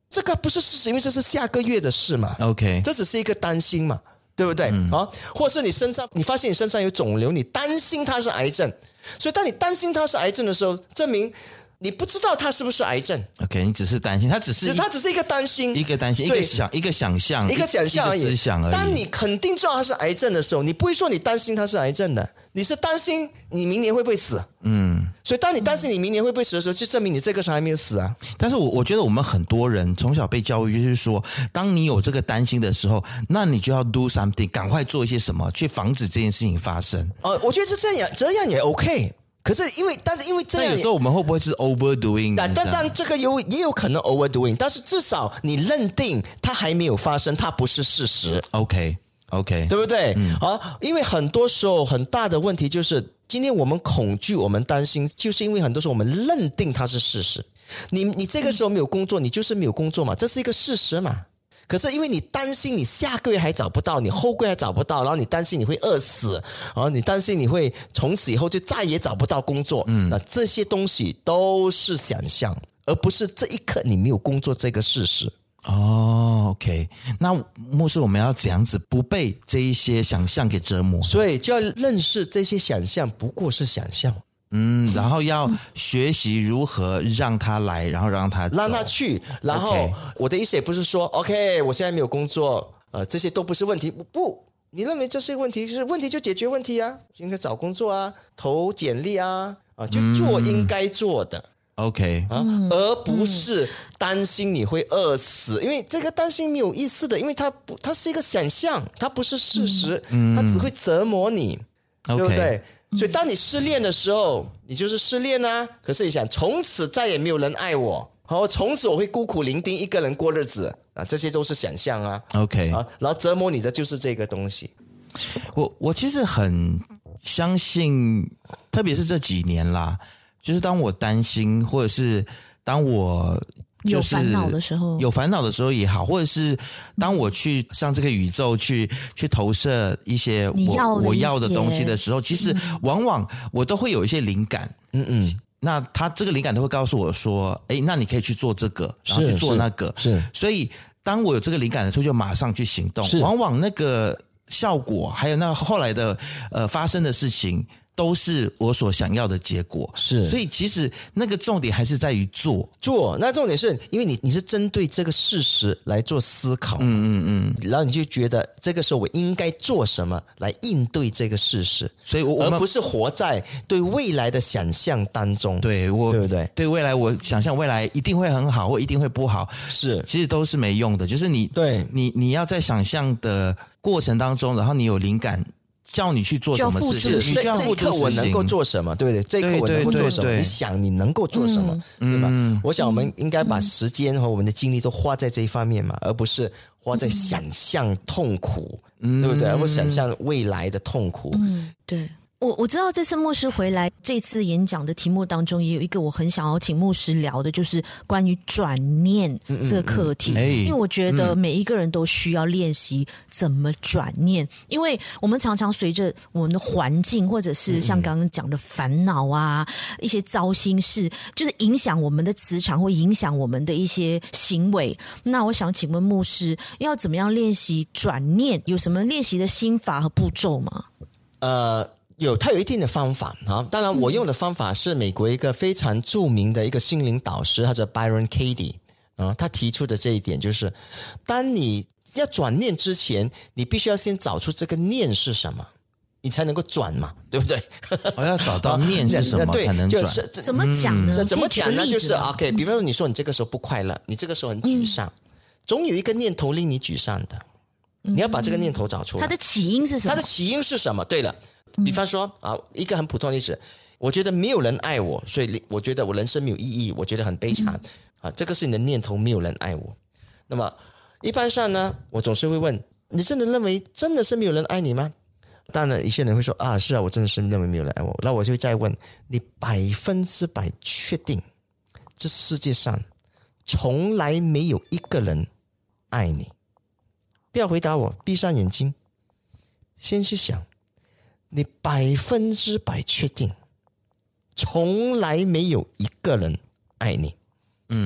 S3: 这个不是事实，因为这是下个月的事嘛。
S2: OK，
S3: 这只是一个担心嘛，对不对？嗯、啊，或是你身上你发现你身上有肿瘤，你担心它是癌症，所以当你担心它是癌症的时候，证明你不知道它是不是癌症。
S2: OK， 你只是担心，它只是
S3: 它只是一个担心，
S2: 一个担心，一个想，一个想象，
S3: 一个想象而已，
S2: 一个思想而已。
S3: 当你肯定知道它是癌症的时候，你不会说你担心它是癌症的，你是担心你明年会不会死。嗯，所以当你担心你明年会不会死的时候，就证明你这个时候还没有死啊。
S2: 但是我我觉得我们很多人从小被教育就是说，当你有这个担心的时候，那你就要 do something， 赶快做一些什么去防止这件事情发生。
S3: 呃，我觉得是这样，这样也 OK。可是因为，但是因为这样，
S2: 但有时候我们会不会是 overdoing？
S3: 但但但这个有也有可能 overdoing， 但是至少你认定它还没有发生，它不是事实。
S2: OK OK，
S3: 对不对？
S2: 嗯、
S3: 啊，因为很多时候很大的问题就是，今天我们恐惧，我们担心，就是因为很多时候我们认定它是事实。你你这个时候没有工作，你就是没有工作嘛，这是一个事实嘛。可是因为你担心你下个月还找不到，你后个月还找不到，然后你担心你会饿死，然后你担心你会从此以后就再也找不到工作，嗯，那这些东西都是想象，而不是这一刻你没有工作这个事实。
S2: 哦 OK， 那牧师我们要怎样子不被这一些想象给折磨？
S3: 所以就要认识这些想象不过是想象。
S2: 嗯，然后要学习如何让他来，然后让他走
S3: 让他去，然后
S2: okay.
S3: 我的意思也不是说 OK 我现在没有工作，呃，这些都不是问题。不，你认为这是问题，是问题就解决问题啊，应该找工作啊，投简历啊，啊，就做应该做的、
S2: 嗯、OK
S3: 啊，而不是担心你会饿死，因为这个担心没有意思的，因为它不，它是一个想象，它不是事实，嗯、它只会折磨你，
S2: okay.
S3: 对不对？所以当你失恋的时候，你就是失恋啊。可是你想，从此再也没有人爱我，然后从此我会孤苦伶仃一个人过日子啊，这些都是想象啊。
S2: OK
S3: 啊，然后折磨你的就是这个东西。
S2: 我我其实很相信，特别是这几年啦，就是当我担心，或者是当我。
S1: 有烦恼的时候，
S2: 有烦恼的时候也好，或者是当我去上这个宇宙去去投射一些我
S1: 要
S2: 我要的东西的时候，其实往往我都会有一些灵感。嗯嗯，那他这个灵感都会告诉我说：“哎，那你可以去做这个，然后去做那个。”
S3: 是，
S2: 所以当我有这个灵感的时候，就马上去行动。往往那个效果，还有那后来的呃发生的事情。都是我所想要的结果，
S3: 是，
S2: 所以其实那个重点还是在于做
S3: 做。那重点是因为你你是针对这个事实来做思考，嗯嗯嗯，然后你就觉得这个时候我应该做什么来应对这个事实，
S2: 所以我
S3: 而不是活在对未来的想象当中。
S2: 对我
S3: 对不对？
S2: 对未来我想象未来一定会很好，或一定会不好，
S3: 是
S2: 其实都是没用的。就是你对你你要在想象的过程当中，然后你有灵感。叫你去做什么事情？
S3: 你这这一刻我能够做什么？对不对？这一刻我能够做什么？你想你能够做什么？嗯、对吧、嗯？我想我们应该把时间和我们的精力都花在这一方面嘛，而不是花在想象痛苦，嗯、对不对？而不是想象未来的痛苦。
S1: 嗯，对。我我知道这次牧师回来这次演讲的题目当中也有一个我很想要请牧师聊的，就是关于转念这个课题、嗯嗯嗯、因为我觉得每一个人都需要练习怎么转念、嗯、因为我们常常随着我们的环境或者是像刚刚讲的烦恼啊、嗯、一些糟心事，就是影响我们的磁场或影响我们的一些行为。那我想请问牧师要怎么样练习转念，有什么练习的心法和步骤吗？
S3: 呃有，它有一定的方法啊。当然，我用的方法是美国一个非常著名的一个心灵导师，他叫 Byron Katie 啊。他提出的这一点就是，当你要转念之前，你必须要先找出这个念是什么，你才能够转嘛，对不对？
S2: 我、哦、要找到念是什么才能转？
S3: 就是
S1: 怎么讲呢？
S3: 嗯、怎么讲呢？就是 OK， 比方说你说你这个时候不快乐，你这个时候很沮丧，嗯、总有一个念头令你沮丧的，你要把这个念头找出来。
S1: 它的起因是什么？
S3: 它的起因是什么？对了。比方说啊，一个很普通的例子，我觉得没有人爱我，所以我觉得我人生没有意义，我觉得很悲惨、嗯、啊，这个是你的念头，没有人爱我。那么一般上呢，我总是会问，你真的认为真的是没有人爱你吗？当然一些人会说啊，是啊，我真的是认为没有人爱我。那我就会再问你，百分之百确定这世界上从来没有一个人爱你？不要回答我，闭上眼睛，先去想，你百分之百确定从来没有一个人爱你。嗯，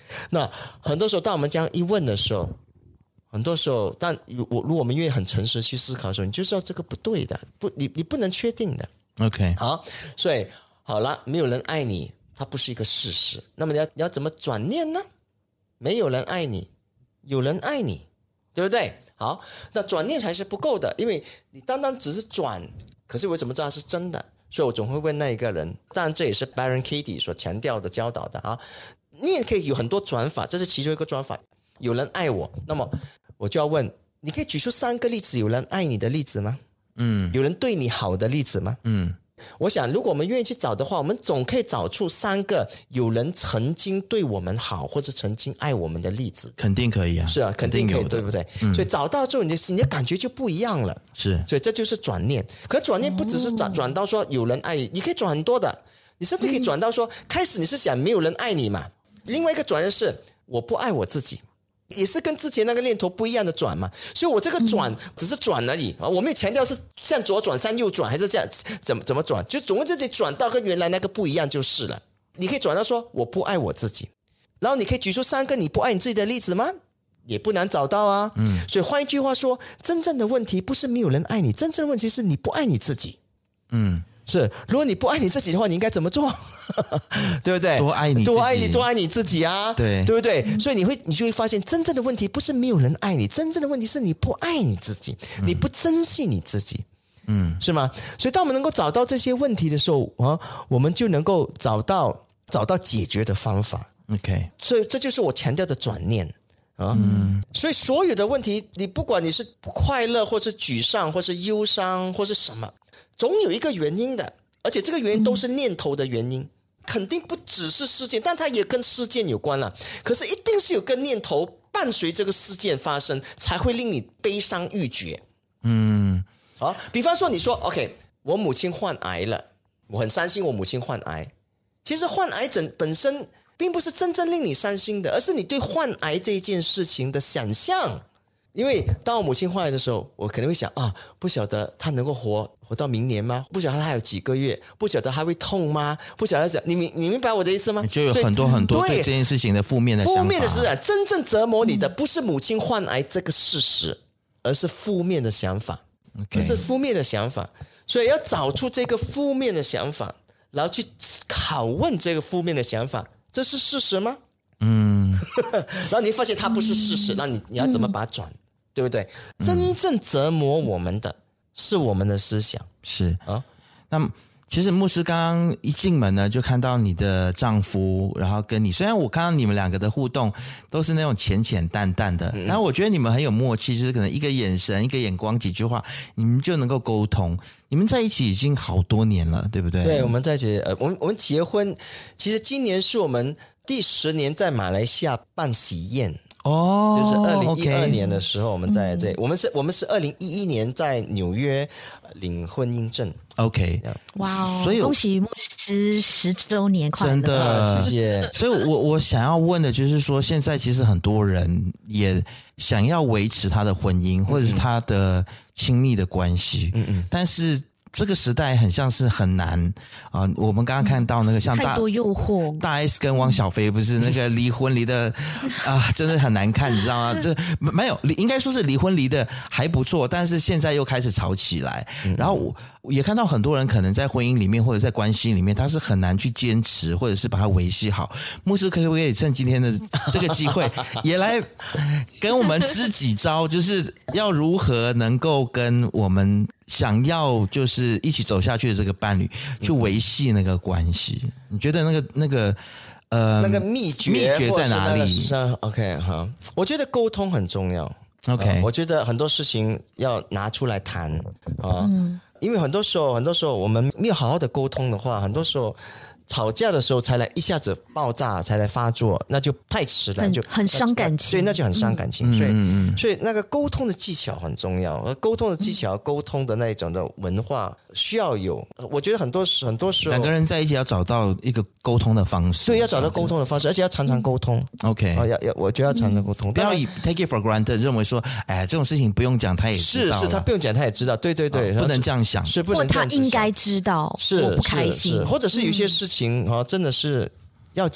S3: 那很多时候当我们这样一问的时候，很多时候但我如果我们愿意很诚实去思考的时候，你就知道这个不对的，不你你不能确定的。
S2: OK，
S3: 好，所以好了，没有人爱你它不是一个事实，那么你要你要怎么转念呢？没有人爱你，有人爱你，对不对？好，那转念还是不够的，因为你单单只是转，可是我怎么知道是真的？所以我总会问那一个人，当然这也是 Byron Katie 所强调的教导的啊。你也可以有很多转法，这是其中一个转法。有人爱我，那么我就要问，你可以举出三个例子有人爱你的例子吗？嗯，有人对你好的例子吗？嗯，我想如果我们愿意去找的话，我们总可以找出三个有人曾经对我们好或者曾经爱我们的例子。
S2: 肯定可以啊，
S3: 是啊，肯定可以，对不对？
S2: 嗯、
S3: 所以找到之后，你的你的感觉就不一样了。
S2: 是，
S3: 所以这就是转念。可转念不只是转、哦、转到说有人爱你，你可以转很多的，你甚至可以转到说，嗯、开始你是想没有人爱你嘛，另外一个转念是我不爱我自己。也是跟之前那个念头不一样的转嘛，所以我这个转只是转而已啊，我没有强调是向左转向右转还是这样怎么怎么转，就总之这里转到跟原来那个不一样就是了。你可以转到说我不爱我自己，然后你可以举出三个你不爱你自己的例子吗？也不难找到啊。嗯，所以换一句话说，真正的问题不是没有人爱你，真正的问题是你不爱你自己。嗯。是，如果你不爱你自己的话，你应该怎么做？对不对？
S2: 多爱你自己，
S3: 多爱你，多爱你自己啊！
S2: 对，
S3: 对不对？所以你会，你就会发现，真正的问题不是没有人爱你，真正的问题是你不爱你自己，嗯、你不珍惜你自己，嗯，是吗？所以，当我们能够找到这些问题的时候啊，我们就能够找到找到解决的方法。
S2: OK，
S3: 所以这就是我强调的转念啊。嗯，所以所有的问题，你不管你是快乐，或是沮丧，或是忧伤，或是什么。总有一个原因的，而且这个原因都是念头的原因，嗯、肯定不只是事件，但它也跟事件有关了。可是一定是有个念头伴随这个事件发生，才会令你悲伤欲绝。嗯，好，比方说你说 OK， 我母亲患癌了，我很伤心，我母亲患癌。其实患癌症本身并不是真正令你伤心的，而是你对患癌这件事情的想象。因为当我母亲患癌的时候，我可能会想啊，不晓得她能够活活到明年吗？不晓得她还有几个月？不晓得她会痛吗？不晓得你明你明白我的意思吗？
S2: 就有很多很多对这件事情的负面的想法。
S3: 负面的是啊，真正折磨你的不是母亲患癌这个事实，而是负面的想法，
S2: okay.
S3: 而是负面的想法。所以要找出这个负面的想法，然后去拷问这个负面的想法，这是事实吗？嗯，然后你发现它不是事实，那你你要怎么把它转？对不对？真正折磨我们的是我们的思想。
S2: 是啊，那其实牧师刚刚一进门呢，就看到你的丈夫，然后跟你，虽然我看到你们两个的互动都是那种浅浅淡淡的，然后我觉得你们很有默契，就是可能一个眼神、一个眼光、几句话，你们就能够沟通。你们在一起已经好多年了，对不对？
S3: 对，我们在一起，呃，我们我们结婚，其实今年是我们第十年在马来西亚办喜宴。
S2: 哦，
S3: 就是二零一二年的时候，我们在这，嗯、我们是，我们是二零一一年在纽约领婚姻证。
S2: OK，
S1: 哇哦，所以恭喜牧师十周年快乐！
S2: 真的，
S3: 谢谢。
S2: 所以我我想要问的就是说，现在其实很多人也想要维持他的婚姻，或者是他的亲密的关系，嗯嗯，但是。这个时代很像是很难啊、呃！我们刚刚看到那个像大
S1: 太多诱惑，
S2: 大 S 跟汪小菲不是那个离婚离的啊，真的很难看，你知道吗？这没有，应该说是离婚离的还不错，但是现在又开始吵起来。然后我也看到很多人可能在婚姻里面或者在关系里面，他是很难去坚持，或者是把它维系好。牧师可不可以趁今天的这个机会，也来跟我们支几招，就是要如何能够跟我们想要就是一起走下去的这个伴侣去维系那个关系，你觉得那个那个呃
S3: 那个秘诀
S2: 秘诀在哪里
S3: ？OK 哈，我觉得沟通很重要。
S2: OK，、呃、
S3: 我觉得很多事情要拿出来谈啊、嗯，因为很多时候很多时候我们没有好好的沟通的话，很多时候。吵架的时候才来一下子爆炸，才来发作，那就太迟了，就
S1: 很伤感情。
S3: 对，那就很伤感情。嗯、所以，嗯、所以那个沟通的技巧很重要，而沟通的技巧、嗯、沟通的那种的文化需要有。我觉得很多时很多时候
S2: 两个人在一起要找到一个沟通的方式，
S3: 对，要找到沟通的方式，而且要常常沟通。
S2: OK，、
S3: 哦、要要，我觉得要常常沟通，
S2: 嗯、不要以 take it for granted 认为说，哎，这种事情不用讲，他也知道了，
S3: 是是，他不用讲，他也知道。对对对，
S2: 哦、不能这样想，
S3: 是不能这样子想。
S1: 或他应该知道，
S3: 是
S1: 我不开心，
S3: 或者是有些事情啊、嗯，真的是要讲，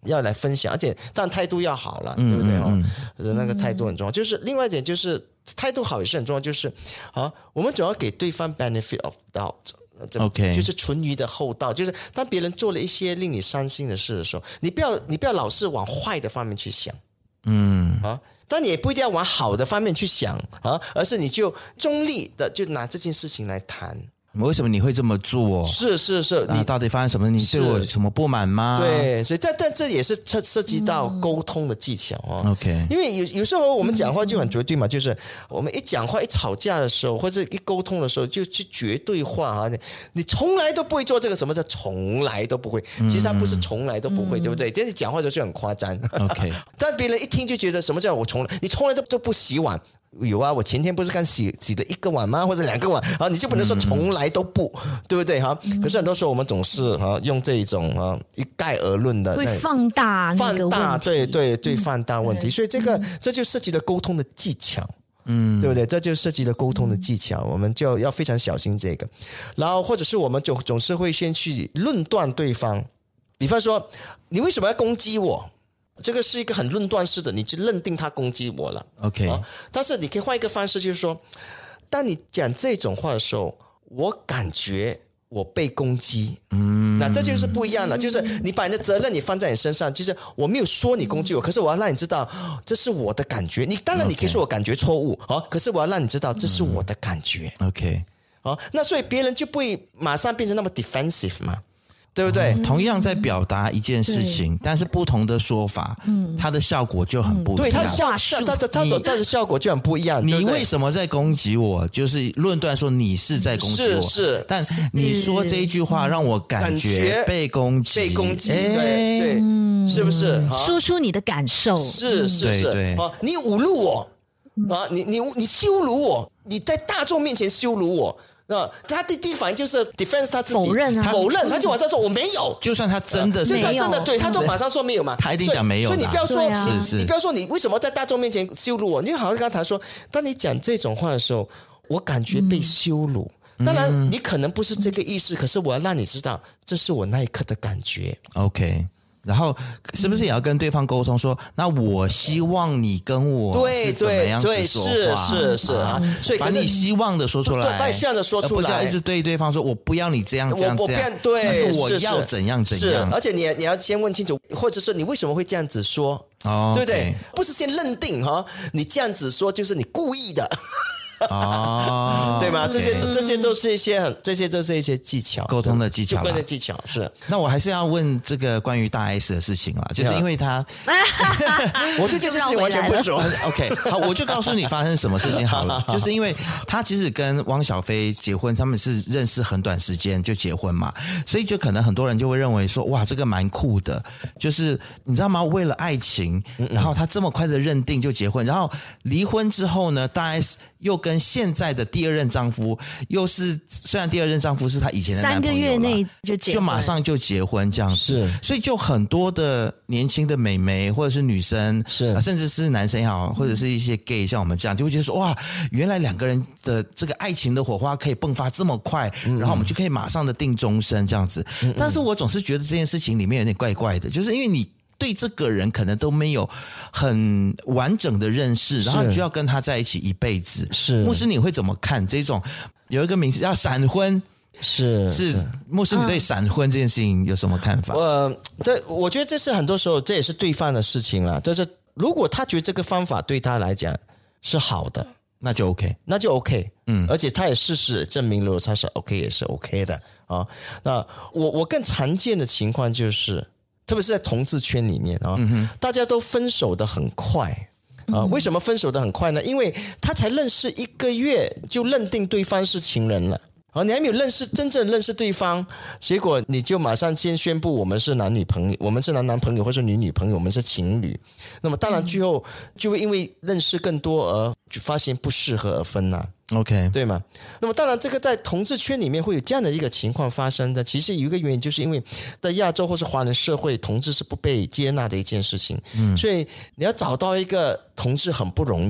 S3: 要来分享，而且但态度要好了，对不对？嗯嗯嗯，那个态度很重要。就是另外一点就是态度好也是很重要，就是啊，我们总要给对方 benefit of doubt。OK， 就是存疑的厚道，就是当别人做了一些令你伤心的事的时候，你不要你不要老是往坏的方面去想，嗯啊，但你也不一定要往好的方面去想啊，而是你就中立的就拿这件事情来谈。
S2: 为什么你会这么做？
S3: 是是是，
S2: 你、啊、到底发生什么？你对我有什么不满吗？
S3: 对，所以这但这也是涉涉及到沟通的技巧哦。
S2: OK，
S3: 因为有有时候我们讲话就很绝对嘛，就是我们一讲话一吵架的时候，或者一沟通的时候，就去绝对化啊。你你从来都不会做这个，什么叫从来都不会？其实它不是从来都不会，嗯、对不对？但是讲话就是很夸张。
S2: OK，
S3: 但别人一听就觉得什么叫我从来，你从来都都不洗碗。有啊，我前天不是刚洗洗了一个碗吗？或者两个碗啊，你就不能说从来都不，嗯、对不对哈？可是很多时候我们总是啊用这一种啊一概而论的，
S1: 会放大那个问题，
S3: 放大，对对对，放大问题。所以这个这就涉及了沟通的技巧，嗯，对不对？这就涉及了沟通的技巧，我们就要非常小心这个。然后或者是我们就总是会先去论断对方，比方说你为什么要攻击我？这个是一个很论断式的，你就认定他攻击我了
S2: ，OK、啊。
S3: 但是你可以换一个方式，就是说，当你讲这种话的时候，我感觉我被攻击，嗯，那这就是不一样了。就是你把你的责任你放在你身上，就是我没有说你攻击我，可是我要让你知道这是我的感觉。你当然你可以说我感觉错误，好、啊，可是我要让你知道这是我的感觉
S2: ，OK。
S3: 好、啊，那所以别人就不会马上变成那么 defensive 嘛。对不对？
S2: 同样在表达一件事情，但是不同的说法，嗯，它的效果就很不一样。
S3: 对，它的效，它的它的它的效果就很不一样。
S2: 你为什么在攻击我？就是论断说你是在攻击我，
S3: 是是。
S2: 但你说这一句话让我感觉被攻击，
S3: 被攻击，对对，是不是？
S1: 说出你的感受，
S3: 是是是。啊，你侮辱我啊，你你你羞辱我，你在大众面前羞辱我。那他的第一反应就是 defense 他自己
S1: 否认啊，
S3: 否认，他就马上说我没有。
S2: 就算他真的是，
S3: 就算真的对，他都马上说没有嘛，
S2: 他一定讲没有。
S3: 所以你不要说，
S1: 啊、
S3: 你, 你不要说你为什么在大众面前羞辱我？你就好像刚才说，当你讲这种话的时候，我感觉被羞辱。嗯、当然，你可能不是这个意思，嗯、可是我要让你知道，这是我那一刻的感觉。
S2: OK。然后是不是也要跟对方沟通说，那我希望你跟我是怎么样子说话？
S3: 对对是是是啊，所以
S2: 把你希望的说出来，
S3: 把你希望的说出来，
S2: 不要一直对对方说我不要你这样这样这样，
S3: 对，
S2: 但是我要怎样怎样。
S3: 而且你你要先问清楚，或者说你为什么会这样子说，哦、对不对？不是先认定哈，你这样子说就是你故意的。
S2: 哦，
S3: 对吗？这些这些都是一些很，这些都是一些技巧，
S2: 沟通的技巧，
S3: 沟通的技巧是。
S2: 那我还是要问这个关于大 S 的事情啦，就是因为他，
S3: 我对这件事情完全不熟。
S2: OK， 好，我就告诉你发生什么事情好了，就是因为他其实跟汪小菲结婚，他们是认识很短时间就结婚嘛，所以就可能很多人就会认为说，哇，这个蛮酷的，就是你知道吗？为了爱情，然后他这么快的认定就结婚，然后离婚之后呢，大 S 又跟现在的第二任丈夫又是，虽然第二任丈夫是她以前的男朋友，
S1: 三个月内就结婚，
S2: 就马上就结婚这样子，
S3: 是，
S2: 所以就很多的年轻的美眉或者是女生，
S3: 是、
S2: 啊，甚至是男生也好，或者是一些 gay 像我们这样，就会觉得说，哇，原来两个人的这个爱情的火花可以迸发这么快，嗯、然后我们就可以马上的定终身这样子。嗯、但是我总是觉得这件事情里面有点怪怪的，就是因为你对这个人可能都没有很完整的认识，然后你就要跟他在一起一辈子。
S3: 是，
S2: 牧师你会怎么看这种有一个名字叫闪婚？
S3: 是
S2: 是，牧师你对闪婚这件事情有什么看法？
S3: 呃，这我觉得这是很多时候这也是对方的事情啦。就是如果他觉得这个方法对他来讲是好的，
S2: 那就 OK，
S3: 那就 OK。嗯，而且他也事实证明了他是 OK 也是 OK 的啊。那我我更常见的情况就是。特别是在同志圈里面啊，嗯、大家都分手的很快啊。为什么分手的很快呢？因为他才认识一个月就认定对方是情人了啊，你还没有认识真正认识对方，结果你就马上先宣布我们是男女朋友，我们是男男朋友或是女女朋友，我们是情侣。那么当然最后就会因为认识更多而就发现不适合而分呐。
S2: OK，
S3: 对吗？那么当然，这个在同志圈里面会有这样的一个情况发生的。其实有一个原因，就是因为在亚洲或是华人社会，同志是不被接纳的一件事情。嗯，所以你要找到一个同志很不容易。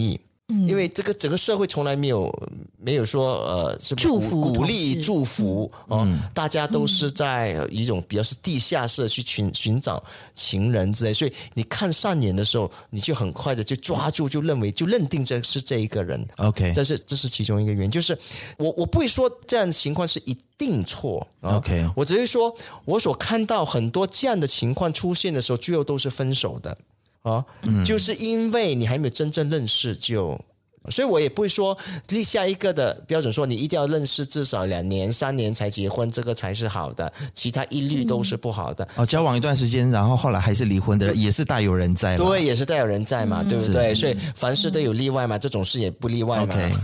S3: 嗯、因为这个整个社会从来没有没有说呃是
S1: 祝福
S3: 鼓励祝福、嗯、哦、
S2: 嗯，
S3: 大家都是在一种比较是地下室去寻寻找情人之类，所以你看上眼的时候，你就很快的就抓住，就认为就认定这是这一个人。
S2: OK，
S3: 这是这是其中一个原因，就是我我不会说这样的情况是一定错、啊、
S2: OK，
S3: 我只是说我所看到很多这样的情况出现的时候，最后都是分手的啊、嗯，就是因为你还没有真正认识就。所以我也不会说立下一个的标准说你一定要认识至少两年三年才结婚，这个才是好的，其他一律都是不好的、
S2: 嗯、哦，交往一段时间然后后来还是离婚的也是大有人在嘛，
S3: 对，也是大有人在嘛、嗯、对不对？所以凡事都有例外嘛，这种事也不例外嘛。
S2: OK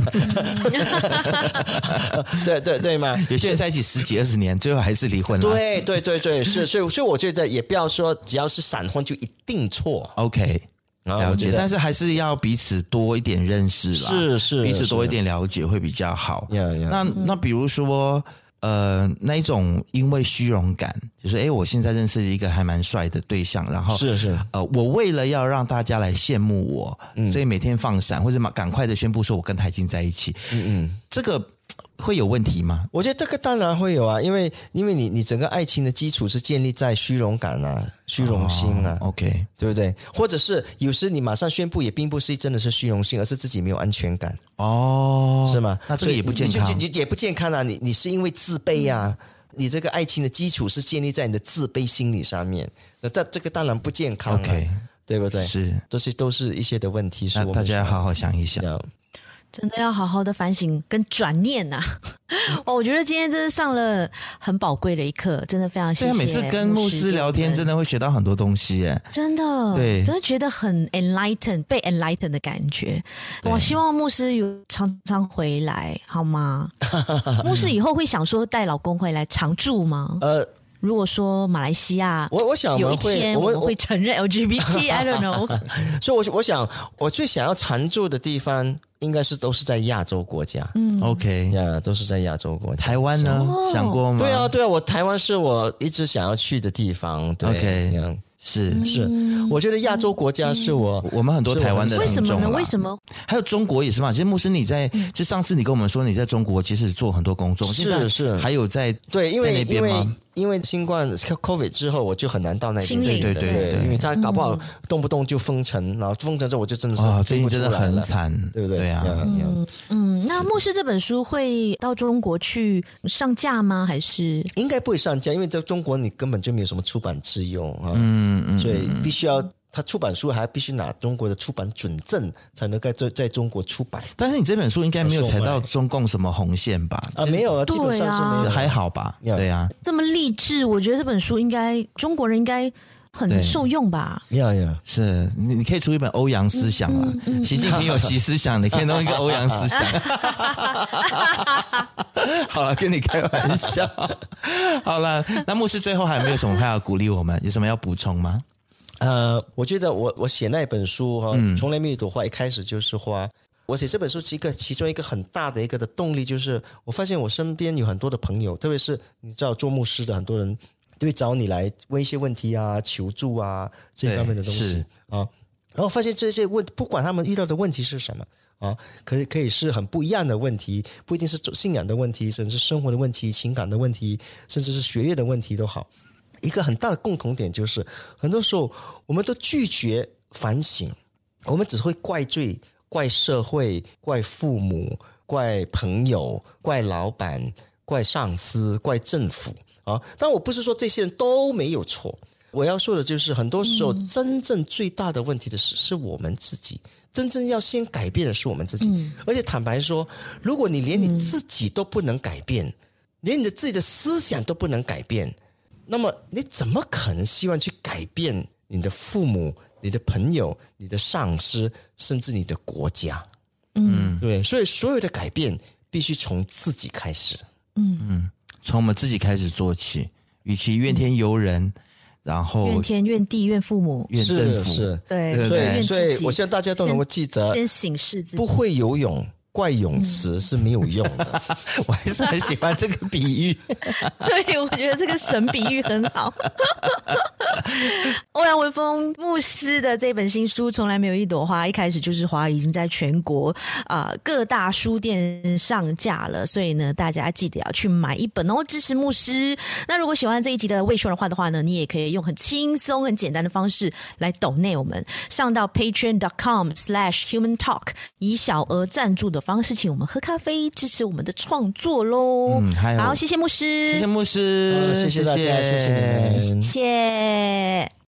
S3: 对对对嘛，
S2: 有些人在一起十几二十年最后还是离婚了。
S3: 对对对对，是，所以所以我觉得也不要说只要是闪婚就一定错。
S2: OK，了解，但是还是要彼此多一点认识啦，
S3: 是是，
S2: 彼此多一点了解会比较好。
S3: Yeah, yeah.
S2: 那那比如说，呃，那一种因为虚荣感，就是哎，我现在認識了一個還蠻帥的對象，然後
S3: 是是，
S2: 呃，我為了要讓大家來羨慕我，嗯、所以每天放閃或者趕快的宣布說我跟他已經在一起，嗯嗯，這個會有問題嗎？
S3: 我覺得這個當然會有啊，因為因為你你整個愛情的基礎是建立在虛榮感啊、虛榮心啊、
S2: 哦、，OK，
S3: 對不對？或者是有時你馬上宣布，也並不是真的是虛榮心，而是自己沒有安全感，
S2: 哦，
S3: 是嗎？
S2: 那這個也不健康，
S3: 就就也不健康啊！你你是因為自卑啊，你這個愛情的基礎是建立在你的自卑心理上面，那這這個當然不健康、啊、
S2: ，OK，
S3: 對不對？
S2: 是，
S3: 這些都是一些的問題，是我們
S2: 大家要好好想一想。
S1: 真的要好好的反省跟轉念啊！哦，我覺得今天真是上了很寶貴的一課，真的非常謝謝。
S2: 對，每次跟牧師聊天，真的會學到很多東西耶。
S1: 真的，
S2: 對，
S1: 真的覺得很 enlighten， 被 enlighten 的感覺。我希望牧師有常常回來，好嗎？牧師以後會想說帶老公回來常住嗎？呃。如果說馬來西亞，
S3: 我我想
S1: 有一天我們會承認 L G B T，I don't know。
S3: 所以我我想我最想要常住的地方，應該是都是在亞洲國家。嗯
S2: ，OK，
S3: 呀，都是在亞洲國家。
S2: 台灣呢？哦、想過嗎？
S3: 對啊，對啊，我台灣是我一直想要去的地方。對
S2: OK。是
S3: 是，我覺得亞洲國家是我、嗯、
S2: 我們很多台灣的
S1: 為什麼呢？為什麼？
S2: 還有中國也是嘛？其實牧師你在，嗯、其實上次你跟我們說你在中國其實做很多工作，
S3: 是是，
S2: 還有在
S3: 對，因為
S2: 在那邊嗎？
S3: 因為因為新冠 COVID 之後，我就很難到那邊。
S1: 對
S2: 對對對，
S3: 因為他搞不好動不動就封城，然後封城之後我就真的是
S2: 哦，最近真的很慘，
S3: 對不對？
S2: 對啊，
S1: 嗯嗯。那牧師這本書會到中國去上架嗎？還是
S3: 應該不會上架，因為在中國你根本就沒有什麼出版自由啊，嗯嗯，所以必須要。他出版書還必須拿中國的出版准證才能在在中國出版。
S2: 但是你這本書應該沒有踩到中共什麼紅線吧？
S3: 啊，沒有啊，基本上是沒有，
S2: 還好吧？對啊，
S1: 這麼勵志，我覺得這本書應該中國人應該很受用吧？
S3: 呀呀，
S2: 是你你可以出一本歐陽思想啦，嗯嗯、習近平有習思想，你可以弄一個歐陽思想。好了，跟你開玩笑。好了，那牧師最後還有沒有什麼話要鼓勵我們？有什麼要補充嗎？
S3: 呃，我覺得我我寫那本書哈，從來沒有一朵花，一開始就是花。我寫這本書，一個其中一個很大的一個的動力，就是我發現我身邊有很多的朋友，特別是你知道做牧師的很多人都會找你來問一些問題啊、求助啊這方面的東西啊。然後發現這些問，不管他們遇到的問題是什麼啊，可以可以是很不一樣的問題，不一定是信仰的問題，甚至是生活的問題、情感的問題，甚至是學業的問題都好。一個很大的共同點就是很多時候我們都拒絕反省，我們只會怪罪、怪社會、怪父母、怪朋友、怪老闆、怪上司、怪政府啊。但我不是說這些人都沒有錯，我要說的就是很多時候真正最大的問題的是是我們自己，真正要先改變的是我們自己。而且坦白說，如果你連你自己都不能改變，連你的自己的思想都不能改變，那麼你怎麼可能希望去改變你的父母、你的朋友、你的上司，甚至你的國家？嗯，對，所以所有的改變必須從自己開始。
S2: 嗯嗯，從我們自己開始做起，與其怨天尤人，嗯、然後
S1: 怨天怨地怨父母
S2: 怨政府，
S3: 是，是
S1: 對，
S3: 對，所以所以我希望大家都能夠記得，
S1: 先省視自己，
S3: 不會游泳怪泳池是没有用的。
S2: 我还是很喜欢这个比喻。
S1: 对，我觉得这个神比喻很好。欧阳文峰牧师的这本新书《从来没有一朵花》，一开始就是花已经在全国、呃、各大书店上架了，所以呢，大家记得要去买一本哦，支持牧师。那如果喜欢这一集的未说人话的话呢，你也可以用很轻松、很简单的方式来抖内我们，上到 patreon dot com slash human talk， 以小额赞助的方式，请我们喝咖啡，支持我们的创作咯。
S2: 嗯，还有，
S1: 好，谢谢牧师，
S2: 谢谢牧师，
S3: 谢谢大家，谢谢你们，
S1: 谢谢。